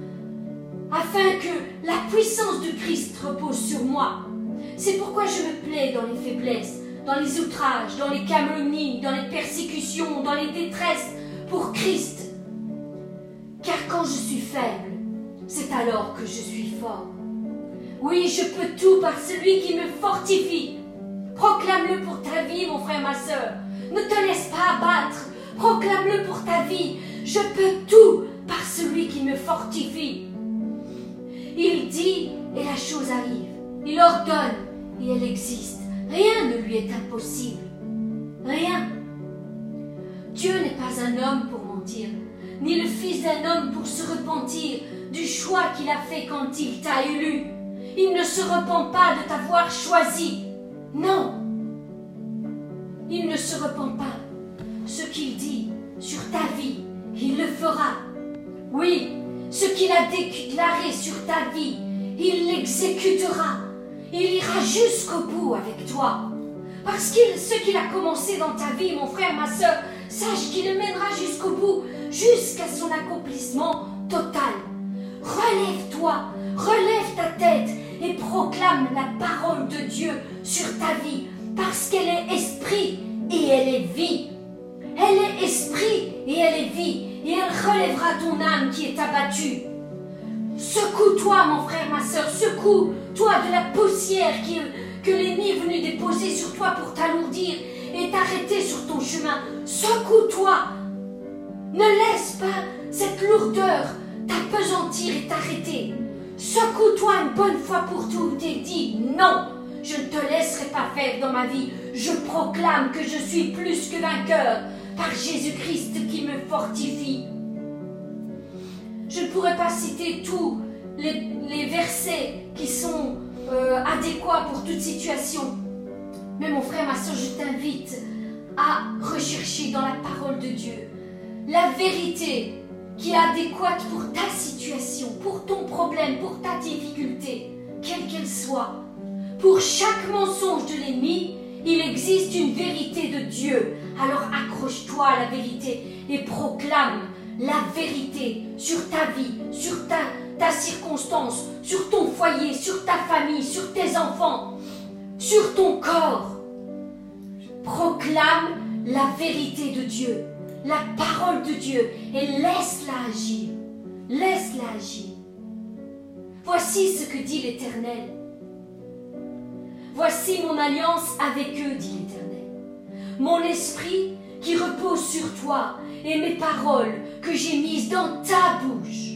afin que la puissance de Christ repose sur moi. C'est pourquoi je me plais dans les faiblesses, dans les outrages, dans les calomnies, dans les persécutions, dans les détresses, pour Christ. Car quand je suis faible, c'est alors que je suis fort. Oui, je peux tout par celui qui me fortifie. Proclame-le pour ta vie, mon frère, ma sœur. Ne te laisse pas abattre. Proclame-le pour ta vie. Je peux tout par celui qui me fortifie. Il dit et la chose arrive. Il ordonne et elle existe. Rien ne lui est impossible. Rien. Dieu n'est pas un homme pour mentir, ni le fils d'un homme pour se repentir du choix qu'il a fait quand il t'a élu. Il ne se repent pas de t'avoir choisi. Non. Il ne se repent pas. Ce qu'il dit sur ta vie, il le fera. Oui, ce qu'il a déclaré sur ta vie, il l'exécutera. Il ira jusqu'au bout avec toi. Parce que ce qu'il a commencé dans ta vie, mon frère, ma sœur, sache qu'il le mènera jusqu'au bout, jusqu'à son accomplissement total. Relève-toi, relève ta tête et proclame la parole de Dieu sur ta vie, parce qu'elle est esprit et elle est vie. Elle est esprit et elle est vie, et elle relèvera ton âme qui est abattue. Secoue-toi, mon frère, ma sœur, secoue-toi de la poussière que l'ennemi est venu déposer sur toi pour t'alourdir et t'arrêter sur ton chemin. Secoue-toi. Ne laisse pas cette lourdeur t'apesantir et t'arrêter. Secoue-toi une bonne fois pour toutes et dis non, je ne te laisserai pas faire dans ma vie. Je proclame que je suis plus que vainqueur par Jésus-Christ qui me fortifie. Je ne pourrais pas citer tous les versets qui sont adéquats pour toute situation. Mais mon frère, ma soeur, je t'invite à rechercher dans la parole de Dieu la vérité qui est adéquate pour ta situation, pour ton problème, pour ta difficulté, quelle qu'elle soit. Pour chaque mensonge de l'ennemi, il existe une vérité de Dieu. Alors accroche-toi à la vérité et proclame la vérité sur ta vie, sur ta circonstance, sur ton foyer, sur ta famille, sur tes enfants, sur ton corps. Proclame la vérité de Dieu, la parole de Dieu, et laisse-la agir. Laisse-la agir. Voici ce que dit l'Éternel. Voici mon alliance avec eux, dit l'Éternel. Mon esprit qui repose sur toi et mes paroles que j'ai mises dans ta bouche.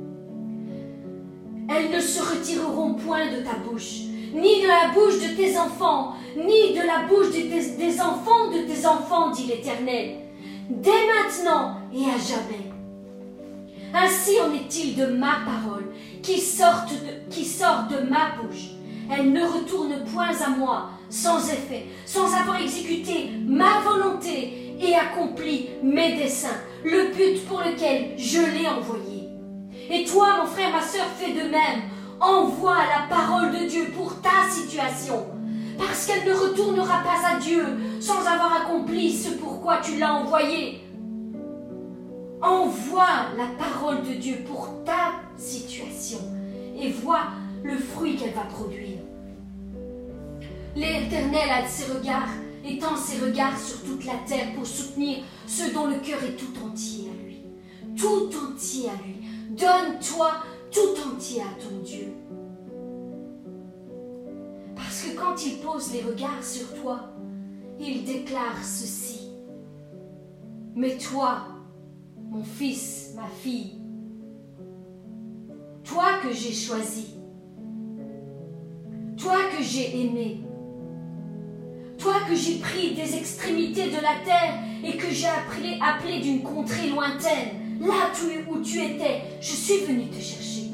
Elles ne se retireront point de ta bouche, ni de la bouche de tes enfants, ni de la bouche des enfants de tes enfants, dit l'Éternel, dès maintenant et à jamais. Ainsi en est-il de ma parole qui sort de ma bouche. Elle ne retourne point à moi sans effet, sans avoir exécuté ma volonté et accompli mes desseins, le but pour lequel je l'ai envoyé. Et toi, mon frère, ma sœur, fais de même. Envoie la parole de Dieu pour ta situation, parce qu'elle ne retournera pas à Dieu sans avoir accompli ce pourquoi tu l'as envoyé. Envoie la parole de Dieu pour ta situation et vois le fruit qu'elle va produire. L'Éternel a ses regards, étend ses regards sur toute la terre pour soutenir ceux dont le cœur est tout entier à lui. Tout entier à lui. Donne-toi tout entier à ton Dieu. Parce que quand il pose les regards sur toi, il déclare ceci. Mais toi, mon fils, ma fille, toi que j'ai choisi, toi que j'ai aimé, toi que j'ai pris des extrémités de la terre et que j'ai appelé d'une contrée lointaine, là où tu étais, je suis venu te chercher.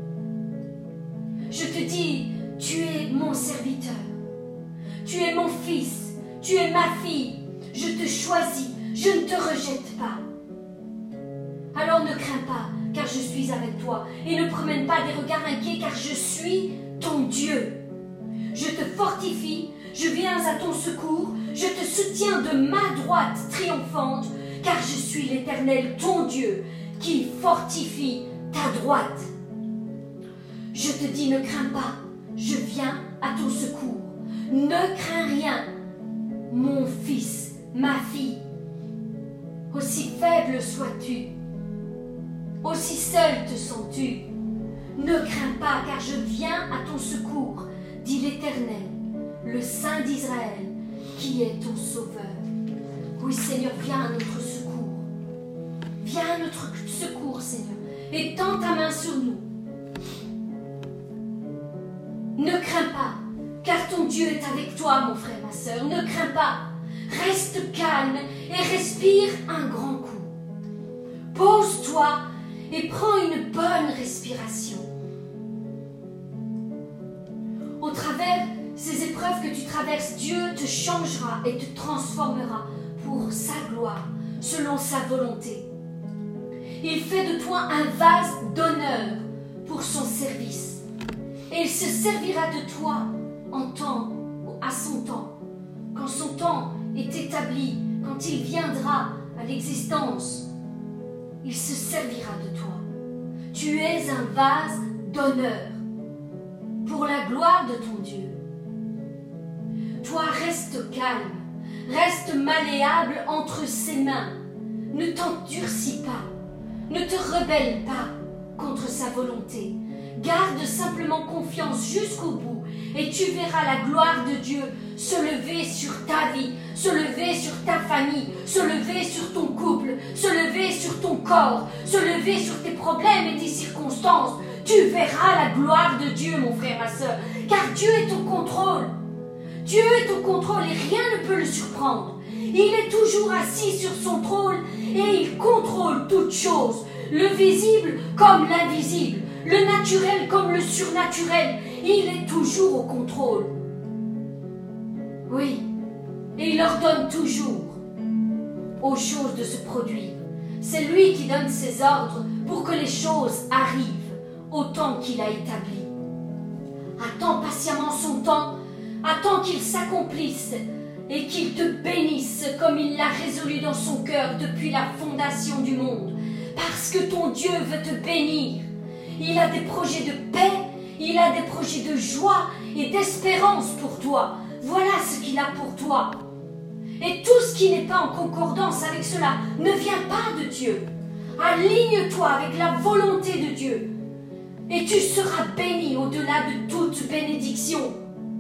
Je te dis, tu es mon serviteur, tu es mon fils, tu es ma fille, je te choisis, je ne te rejette pas. Alors ne crains pas, car je suis avec toi, et ne promène pas des regards inquiets, car je suis ton Dieu. Je te fortifie, je viens à ton secours, je te soutiens de ma droite triomphante, car je suis l'Éternel, ton Dieu, qui fortifie ta droite. Je te dis, ne crains pas, je viens à ton secours. Ne crains rien, mon fils, ma fille. Aussi faible sois-tu, aussi seul te sens-tu. Ne crains pas, car je viens à ton secours, dit l'Éternel, le Saint d'Israël, qui est ton sauveur. Oui, Seigneur, viens à notre secours. Viens à notre secours, Seigneur, et tends ta main sur nous. Ne crains pas, car ton Dieu est avec toi, mon frère, ma sœur. Ne crains pas. Reste calme et respire un grand coup. Pose-toi et prends une bonne respiration. Au travers ces épreuves que tu traverses, Dieu te changera et te transformera pour sa gloire, selon sa volonté. Il fait de toi un vase d'honneur pour son service. Et il se servira de toi à son temps. Quand son temps est établi, quand il viendra à l'existence, il se servira de toi. Tu es un vase d'honneur pour la gloire de ton Dieu. Toi, reste calme, reste malléable entre ses mains. Ne t'endurcis pas, ne te rebelle pas contre sa volonté. Garde simplement confiance jusqu'au bout et tu verras la gloire de Dieu se lever sur ta vie, se lever sur ta famille, se lever sur ton couple, se lever sur ton corps, se lever sur tes problèmes et tes circonstances. Tu verras la gloire de Dieu, mon frère, ma soeur, car Dieu est au contrôle. Dieu est au contrôle et rien ne peut le surprendre. Il est toujours assis sur son trône et il contrôle toutes choses, le visible comme l'invisible, le naturel comme le surnaturel. Il est toujours au contrôle. Oui, et il ordonne toujours aux choses de se produire. C'est lui qui donne ses ordres pour que les choses arrivent au temps qu'il a établi. Attends patiemment son temps, attends qu'il s'accomplisse et qu'il te bénisse comme il l'a résolu dans son cœur depuis la fondation du monde. Parce que ton Dieu veut te bénir. Il a des projets de paix, il a des projets de joie et d'espérance pour toi. Voilà ce qu'il a pour toi. Et tout ce qui n'est pas en concordance avec cela ne vient pas de Dieu. Aligne-toi avec la volonté de Dieu et tu seras béni au-delà de toute bénédiction.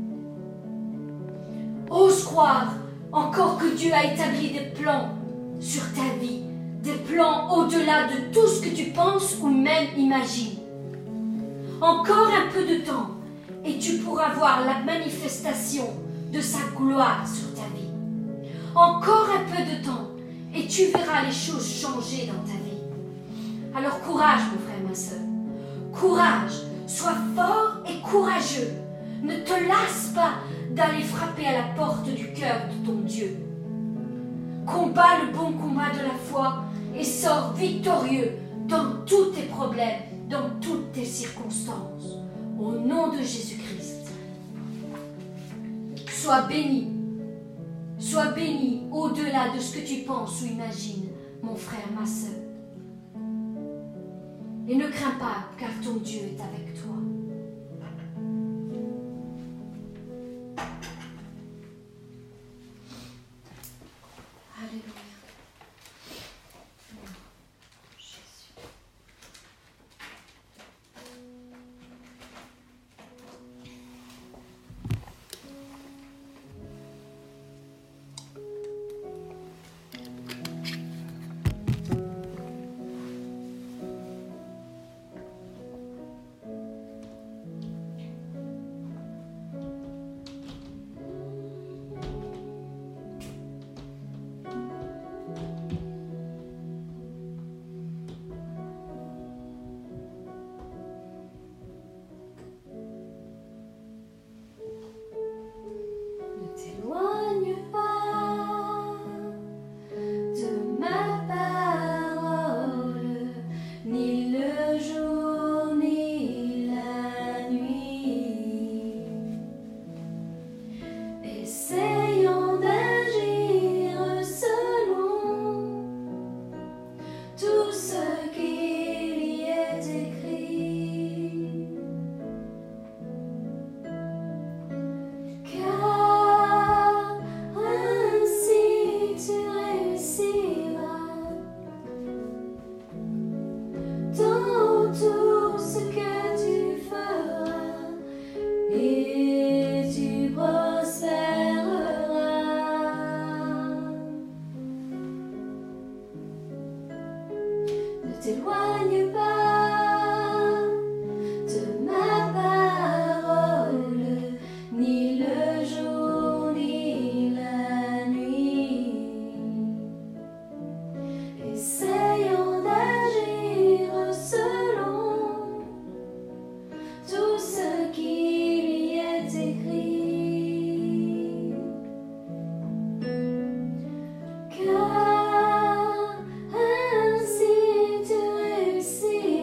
Ose croire encore que Dieu a établi des plans sur ta vie, des plans au-delà de tout ce que tu penses ou même imagines. Encore un peu de temps et tu pourras voir la manifestation de sa gloire sur ta vie. Encore un peu de temps et tu verras les choses changer dans ta vie. Alors courage mon frère, ma soeur. Courage, sois fort et courageux. Ne te lasse pas d'aller frapper à la porte du cœur de ton Dieu. Combat le bon combat de la foi et sors victorieux dans tous tes problèmes, dans toutes tes circonstances. Au nom de Jésus-Christ. Sois béni. Sois béni au-delà de ce que tu penses ou imagines, mon frère, ma sœur. Et ne crains pas, car ton Dieu est avec toi. Alléluia. Jésus. t'éloigne pas de ma parole, ni le jour ni la nuit. Essayons d'agir selon tout ce qui y est écrit. Car ainsi tu réussiras.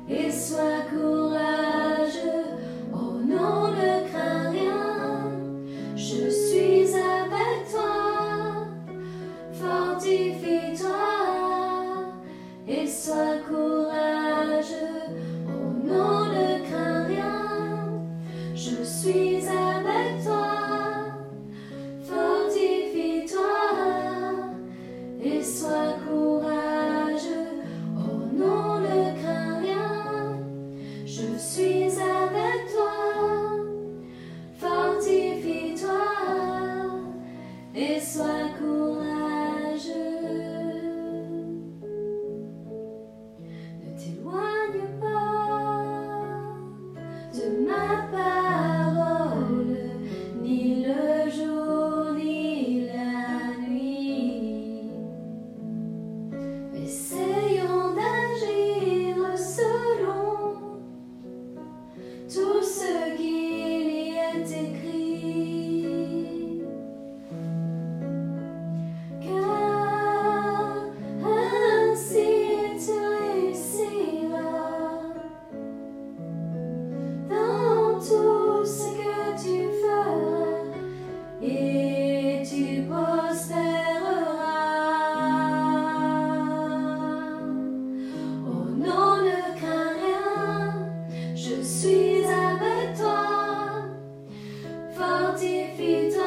et sois courageux. Oh non, ne crains rien, je suis avec toi. Fortifie-toi et sois courageux. Oh non, ne crains rien, je suis avec toi. Fortifie-toi et sois courageux. Oh non, ne crains rien, je suis avec toi. Fortifie-toi et sois courageux. Ne t'éloigne pas de ma parole, ni le jour ni la nuit. Essayons d'agir selon tout ce qu'il y est écrit, car ainsi tu réussiras dans tout ce que tu feras et tu prospéreras. Oh non, ne crains rien, je suis avec toi. Fortifie-toi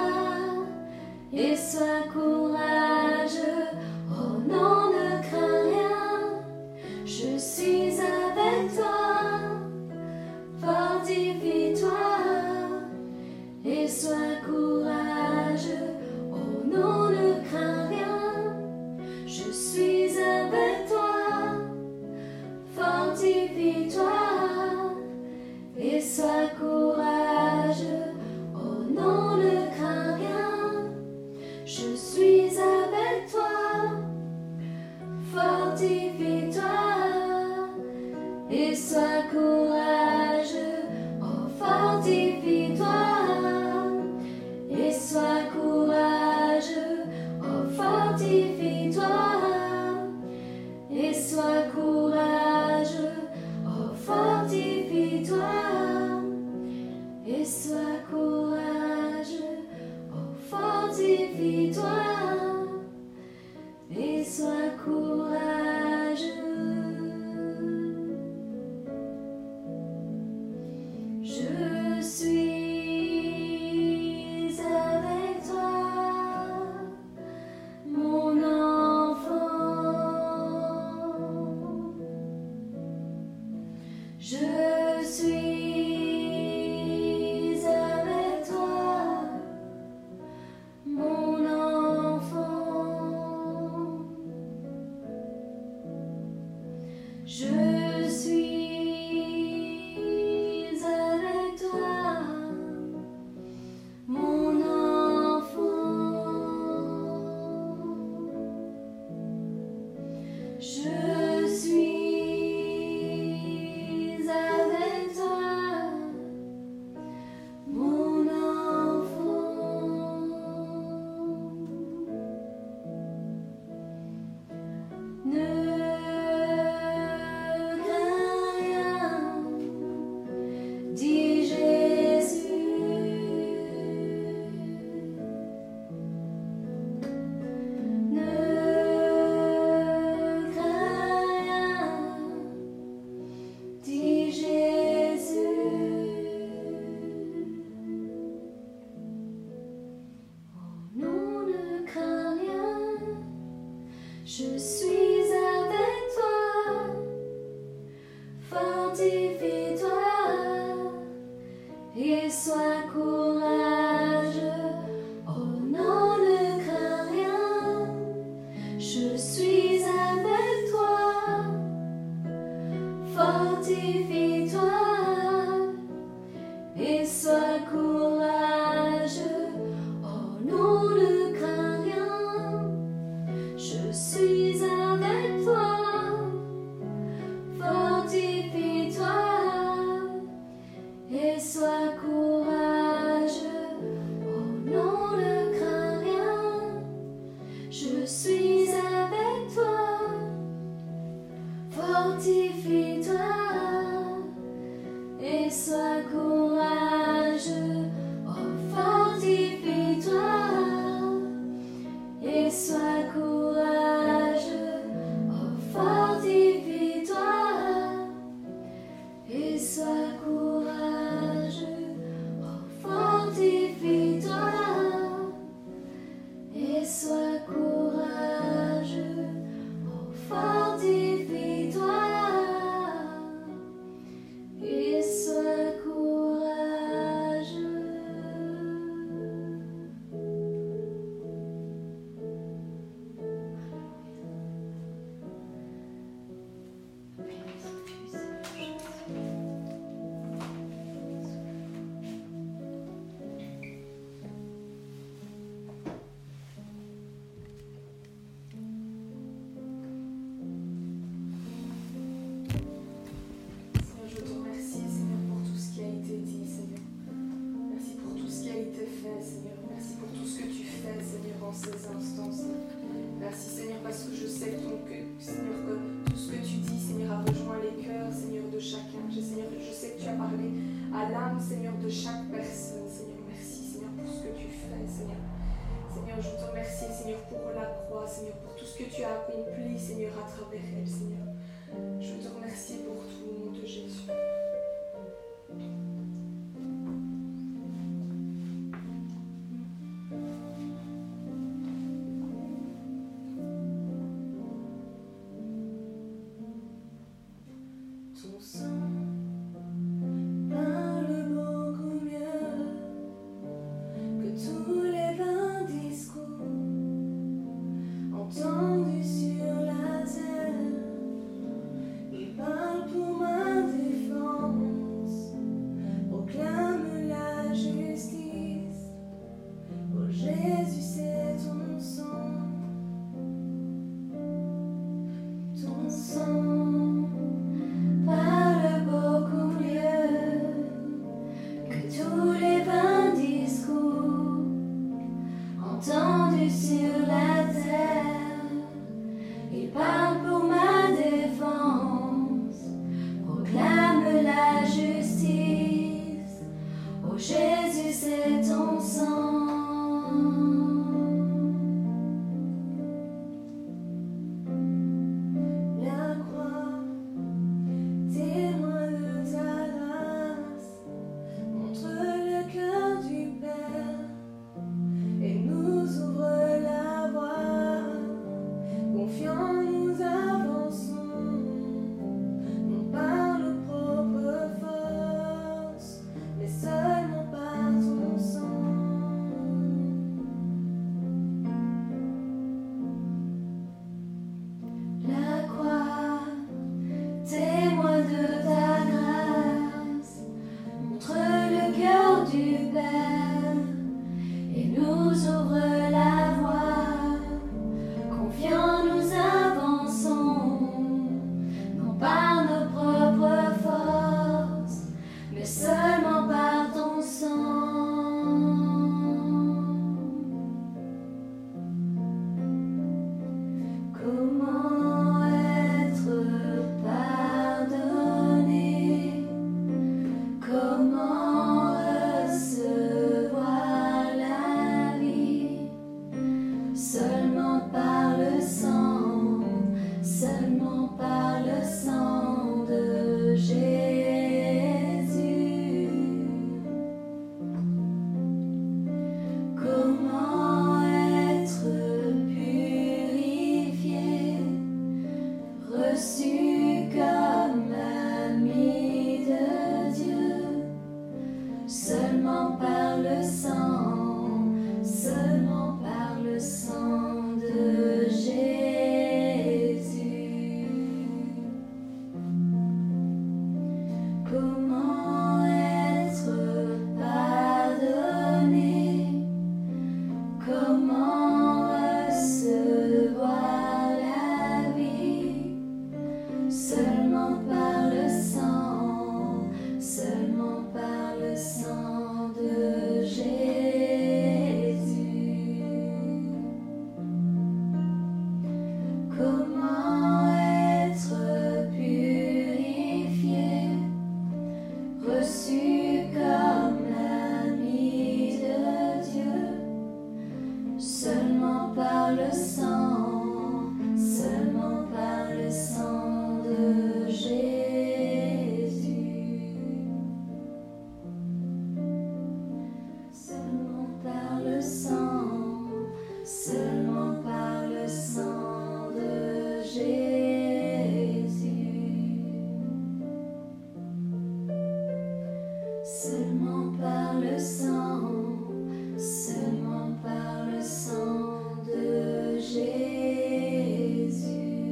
et sois courageux. Oh non, ne crains rien, je suis avec toi. Fortifie-toi et sois courageux. Oh non, ne crains rien, je suis avec toi. Fortifie-toi et sois courageux. Oh non, ne crains rien, je suis avec toi. Fortifie-toi et sois courageux. Oh, fortifie-toi et sois courageux. Oh, fortifie-toi et sois courageux. Oh, fortifie-toi et sois courageux. Oh, fortifie-toi et sois courageux. Je suis avec toi, mon enfant. Je suis avec toi, mon enfant. Je suis avec toi, mon enfant. Je suis avec toi, mon enfant. Ne crains rien, dit Jésus. Ne crains rien, dit Jésus. Oh non, ne crains rien, je suis avec toi. Fortifie-toi et sois courageux. Oh non, ne crains rien, je suis avec toi. Fortifie-toi et sois courageux. Oh non, ne crains rien, je suis avec toi. Fortifie-toi et sois courageux. Oh non, ne crains rien, je suis avec toi. Fortifie-toi chacun. Seigneur, je sais que tu as parlé à l'âme, Seigneur, de chaque personne. Seigneur, merci, Seigneur, pour ce que tu fais, Seigneur. Seigneur, je te remercie, Seigneur, pour la croix, Seigneur, pour tout ce que tu as accompli, Seigneur, à travers elle, Seigneur. Je te remercie pour tout, au nom de Jésus. Ton sang parle beaucoup mieux que tous les vains discours entendus sur la terre. Il parle pour ma défense, proclame la justice. Oh Jésus, c'est ton sang, ton sang. Parle beaucoup mieux que tous les vains discours entendus sur la terre. Il parle pour ma défense, proclame la justice. Oh Jésus, c'est ton sang. La croix, témoin de ta grâce, montre le cœur du Père et nous ouvre la voie. Confiants, nous avançons, non par nos propres forces, mais seulement par ton sang. La croix, témoin de ta grâce, montre le cœur du Père et nous ouvre la voie. Confiants, nous avançons, non par nos propres forces, mais seulement par ton sang. Comment être pardonné? Comment recevoir la vie? Seulement par le sang, seulement par le sang de Jésus. Comment être purifié, reçu comme ami de Dieu? Seulement par le sang, seulement par le sang de Jésus. Comment être pardonné? Comment recevoir la vie? Seulement par le sang, seulement par le sang de Jésus. Comment être purifié, reçu comme l'ami de Dieu? Seulement par le sang, seulement par le sang de Jésus. Seulement par le sang, seulement par le sang de Jésus. Seulement par le sang, seulement par le sang de Jésus.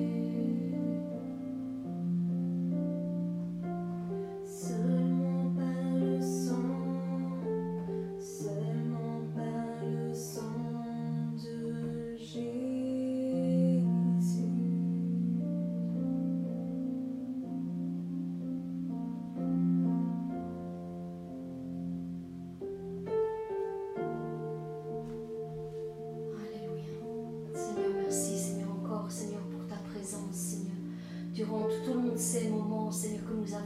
Seulement par le sang, seulement par le sang de Jésus.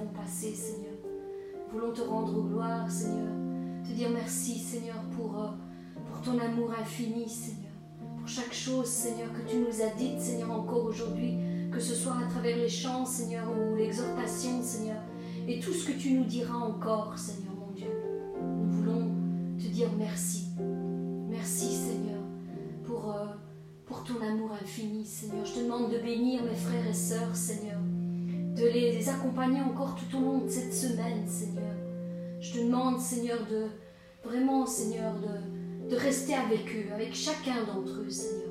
passé, Seigneur. Nous voulons te rendre gloire, Seigneur. Te dire merci, Seigneur, pour ton amour infini, Seigneur. Pour chaque chose, Seigneur, que tu nous as dite, Seigneur, encore aujourd'hui. Que ce soit à travers les chants, Seigneur, ou l'exhortation, Seigneur. Et tout ce que tu nous diras encore, Seigneur, mon Dieu. Nous voulons te dire merci. Merci, Seigneur, pour ton amour infini, Seigneur. Je te demande de bénir mes frères et sœurs, Seigneur. De les accompagner encore tout au long de cette semaine, Seigneur. Je te demande, Seigneur, vraiment, Seigneur, de rester avec eux, avec chacun d'entre eux, Seigneur.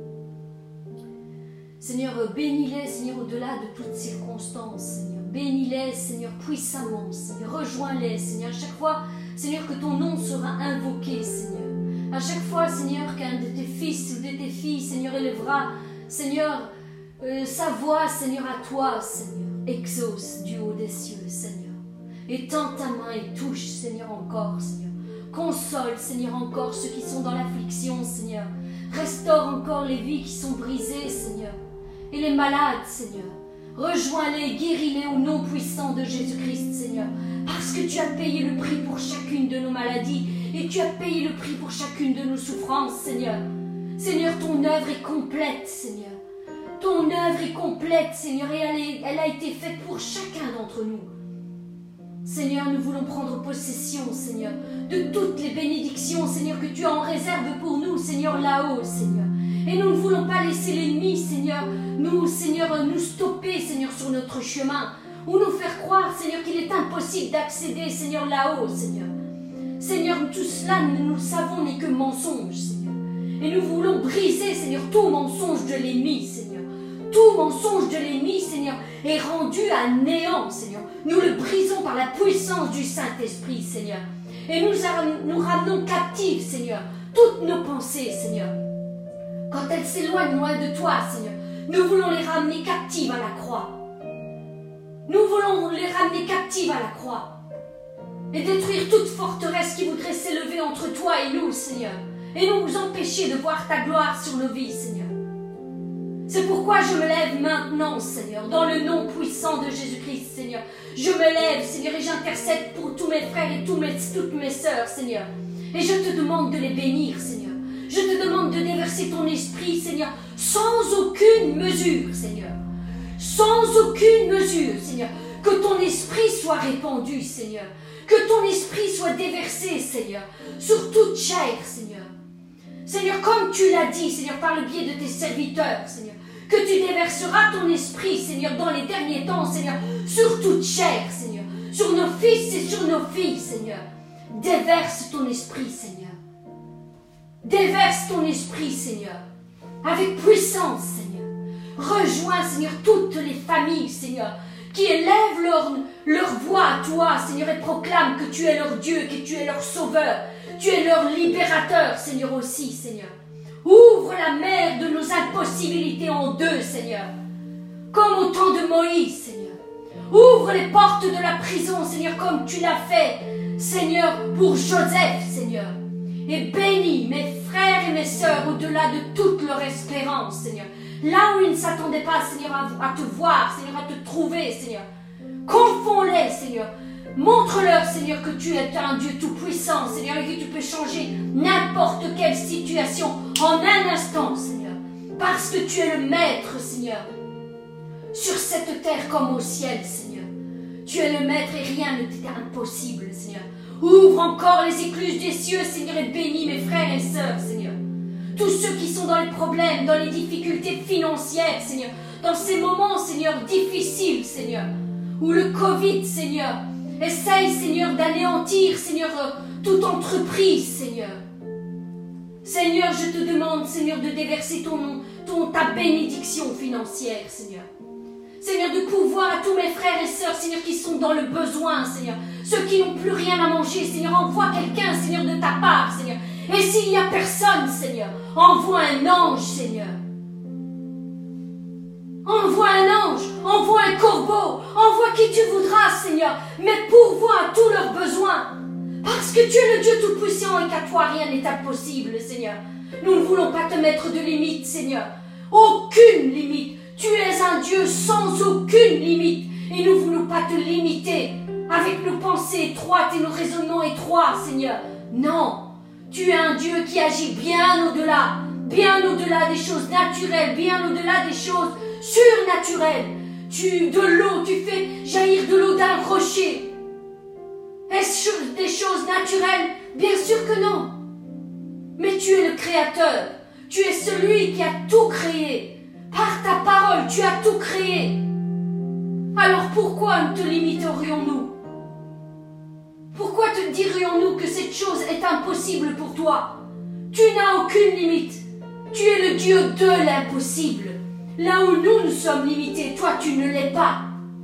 Seigneur, bénis-les, Seigneur, au-delà de toutes circonstances, Seigneur. Bénis-les, Seigneur, puissamment, Seigneur. Rejoins-les, Seigneur. À chaque fois, Seigneur, que ton nom sera invoqué, Seigneur. À chaque fois, Seigneur, qu'un de tes fils ou de tes filles, Seigneur, élèvera, Seigneur, sa voix, Seigneur, à toi, Seigneur. Exauce du haut des cieux, Seigneur. Étends ta main et touche, Seigneur, encore, Seigneur. Console, Seigneur, encore ceux qui sont dans l'affliction, Seigneur. Restaure encore les vies qui sont brisées, Seigneur. Et les malades, Seigneur. Rejoins-les, guéris-les au nom puissant de Jésus-Christ, Seigneur. Parce que tu as payé le prix pour chacune de nos maladies et tu as payé le prix pour chacune de nos souffrances, Seigneur. Seigneur, ton œuvre est complète, Seigneur. Ton œuvre est complète, Seigneur, et elle a été faite pour chacun d'entre nous. Seigneur, nous voulons prendre possession, Seigneur, de toutes les bénédictions, Seigneur, que tu as en réserve pour nous, Seigneur, là-haut, Seigneur. Et nous ne voulons pas laisser l'ennemi, Seigneur, nous stopper, Seigneur, sur notre chemin, ou nous faire croire, Seigneur, qu'il est impossible d'accéder, Seigneur, là-haut, Seigneur. Seigneur, tout cela, nous le savons, n'est que mensonge, Seigneur. Et nous voulons briser, Seigneur, tout mensonge de l'ennemi, Seigneur. Tout mensonge de l'ennemi, Seigneur, est rendu à néant, Seigneur. Nous le brisons par la puissance du Saint-Esprit, Seigneur. Et nous ramenons captives, Seigneur, toutes nos pensées, Seigneur. Quand elles s'éloignent loin de toi, Seigneur, nous voulons les ramener captives à la croix. Nous voulons les ramener captives à la croix. Et détruire toute forteresse qui voudrait s'élever entre toi et nous, Seigneur. Et nous empêcher de voir ta gloire sur nos vies, Seigneur. C'est pourquoi je me lève maintenant, Seigneur, dans le nom puissant de Jésus-Christ, Seigneur. Je me lève, Seigneur, et j'intercède pour tous mes frères et toutes mes sœurs, Seigneur. Et je te demande de les bénir, Seigneur. Je te demande de déverser ton esprit, Seigneur, sans aucune mesure, Seigneur. Sans aucune mesure, Seigneur. Que ton esprit soit répandu, Seigneur. Que ton esprit soit déversé, Seigneur, sur toute chair, Seigneur. Seigneur, comme tu l'as dit, Seigneur, par le biais de tes serviteurs, Seigneur, que tu déverseras ton esprit, Seigneur, dans les derniers temps, Seigneur, sur toute chair, Seigneur, sur nos fils et sur nos filles, Seigneur. Déverse ton esprit, Seigneur. Déverse ton esprit, Seigneur, avec puissance, Seigneur. Rejoins, Seigneur, toutes les familles, Seigneur, qui élèvent leur voix à toi, Seigneur, et proclament que tu es leur Dieu, que tu es leur sauveur, tu es leur libérateur, Seigneur, aussi, Seigneur. Ouvre la mer de nos impossibilités en deux, Seigneur, comme au temps de Moïse, Seigneur. Ouvre les portes de la prison, Seigneur, comme tu l'as fait, Seigneur, pour Joseph, Seigneur. Et bénis mes frères et mes sœurs au-delà de toute leur espérance, Seigneur. Là où ils ne s'attendaient pas, Seigneur, à te voir, Seigneur, à te trouver, Seigneur. Confonds-les, Seigneur. Montre-leur, Seigneur, que tu es un Dieu tout-puissant, Seigneur, et que tu peux changer n'importe quelle situation en un instant, Seigneur. Parce que tu es le Maître, Seigneur. Sur cette terre comme au ciel, Seigneur. Tu es le Maître et rien ne t'est impossible, Seigneur. Ouvre encore les écluses des cieux, Seigneur, et bénis mes frères et sœurs, Seigneur. Tous ceux qui sont dans les problèmes, dans les difficultés financières, Seigneur. Dans ces moments, Seigneur, difficiles, Seigneur. Où le Covid, Seigneur, essaye, Seigneur, d'anéantir, Seigneur, toute entreprise, Seigneur. Seigneur, je te demande, Seigneur, de déverser ta bénédiction financière, Seigneur. Seigneur, de pouvoir à tous mes frères et sœurs, Seigneur, qui sont dans le besoin, Seigneur. Ceux qui n'ont plus rien à manger, Seigneur, envoie quelqu'un, Seigneur, de ta part, Seigneur. Et s'il n'y a personne, Seigneur, envoie un ange, Seigneur. Envoie un ange, envoie un corbeau, envoie qui tu voudras, Seigneur, mais pourvois à tous leurs besoins. Parce que tu es le Dieu Tout-Puissant et qu'à toi rien n'est impossible, Seigneur. Nous ne voulons pas te mettre de limite, Seigneur. Aucune limite. Tu es un Dieu sans aucune limite. Et nous ne voulons pas te limiter avec nos pensées étroites et nos raisonnements étroits, Seigneur. Non, tu es un Dieu qui agit bien au-delà des choses naturelles, bien au-delà des choses surnaturelles. De l'eau, tu fais jaillir de l'eau d'un rocher. Est-ce des choses naturelles? Bien sûr que non. Mais tu es le Créateur. Tu es celui qui a tout créé. Par ta parole, tu as tout créé. Alors pourquoi te limiterions-nous? Pourquoi te dirions-nous que cette chose est impossible pour toi? Tu n'as aucune limite. Tu es le Dieu de l'impossible. Là où nous sommes limités, toi tu ne l'es pas.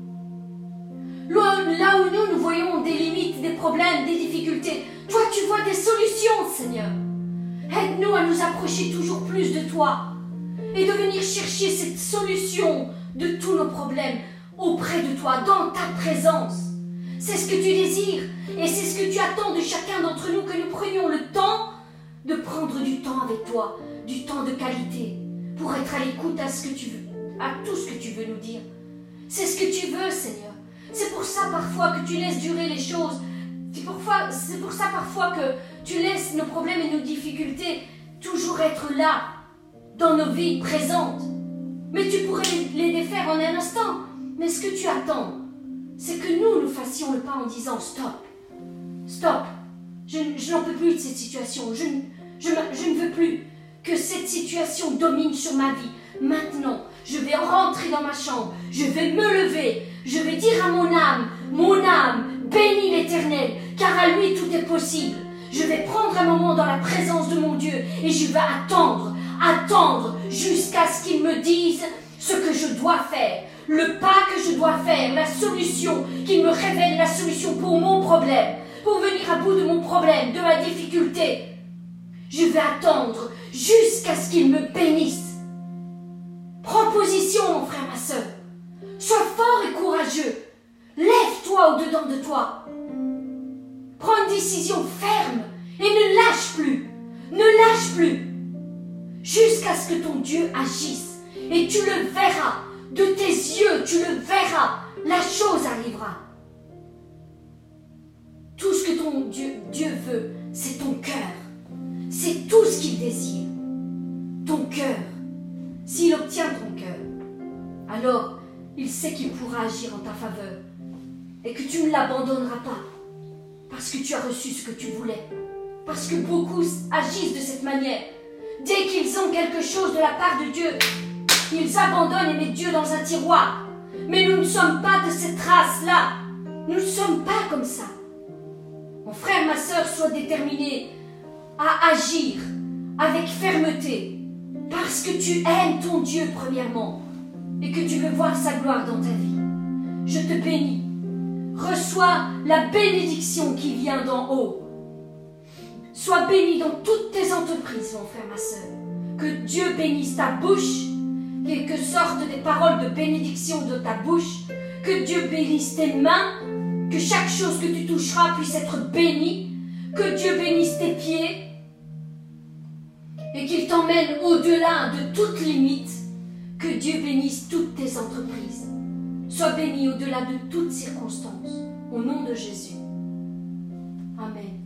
Là où nous voyons des limites, des problèmes, des difficultés, toi tu vois des solutions, Seigneur. Aide-nous à nous approcher toujours plus de toi et de venir chercher cette solution de tous nos problèmes auprès de toi, dans ta présence. C'est ce que tu désires et c'est ce que tu attends de chacun d'entre nous, que nous prenions le temps de prendre du temps avec toi, du temps de qualité, pour être à l'écoute à ce que tu veux, à tout ce que tu veux nous dire. C'est ce que tu veux, Seigneur. C'est pour ça parfois que tu laisses durer les choses. C'est pour ça parfois que tu laisses nos problèmes et nos difficultés toujours être là, dans nos vies présentes. Mais tu pourrais les défaire en un instant. Mais ce que tu attends, c'est que nous fassions le pas en disant stop. Stop. Je n'en peux plus de cette situation. Je ne veux plus que cette situation domine sur ma vie. Maintenant, je vais rentrer dans ma chambre. Je vais me lever. Je vais dire à mon âme, bénis l'Éternel, car à lui tout est possible. Je vais prendre un moment dans la présence de mon Dieu et je vais attendre jusqu'à ce qu'il me dise ce que je dois faire, le pas que je dois faire, la solution, qu'il me révèle la solution pour mon problème, pour venir à bout de mon problème, de ma difficulté. Je vais attendre jusqu'à ce qu'il me bénisse. Prends position, mon frère, ma sœur. Sois fort et courageux. Lève-toi au-dedans de toi. Prends une décision ferme et ne lâche plus. Ne lâche plus. Jusqu'à ce que ton Dieu agisse. Et tu le verras. De tes yeux, tu le verras. La chose arrivera. Tout ce que ton Dieu veut, c'est ton cœur. C'est tout ce qu'il désire. Ton cœur. S'il obtient ton cœur, alors il sait qu'il pourra agir en ta faveur. Et que tu ne l'abandonneras pas. Parce que tu as reçu ce que tu voulais. Parce que beaucoup agissent de cette manière. Dès qu'ils ont quelque chose de la part de Dieu, ils abandonnent et mettent Dieu dans un tiroir. Mais nous ne sommes pas de cette race-là. Nous ne sommes pas comme ça. Mon frère, ma sœur, sois déterminé à agir avec fermeté. Parce que tu aimes ton Dieu premièrement. Et que tu veux voir sa gloire dans ta vie. Je te bénis. Reçois la bénédiction qui vient d'en haut. Sois béni dans toutes tes entreprises, mon frère, ma sœur. Que Dieu bénisse ta bouche, et que sortent des paroles de bénédiction de ta bouche. Que Dieu bénisse tes mains, que chaque chose que tu toucheras puisse être bénie. Que Dieu bénisse tes pieds, et qu'il t'emmène au-delà de toute limite. Que Dieu bénisse toutes tes entreprises. Sois béni au-delà de toutes circonstances. Au nom de Jésus. Amen.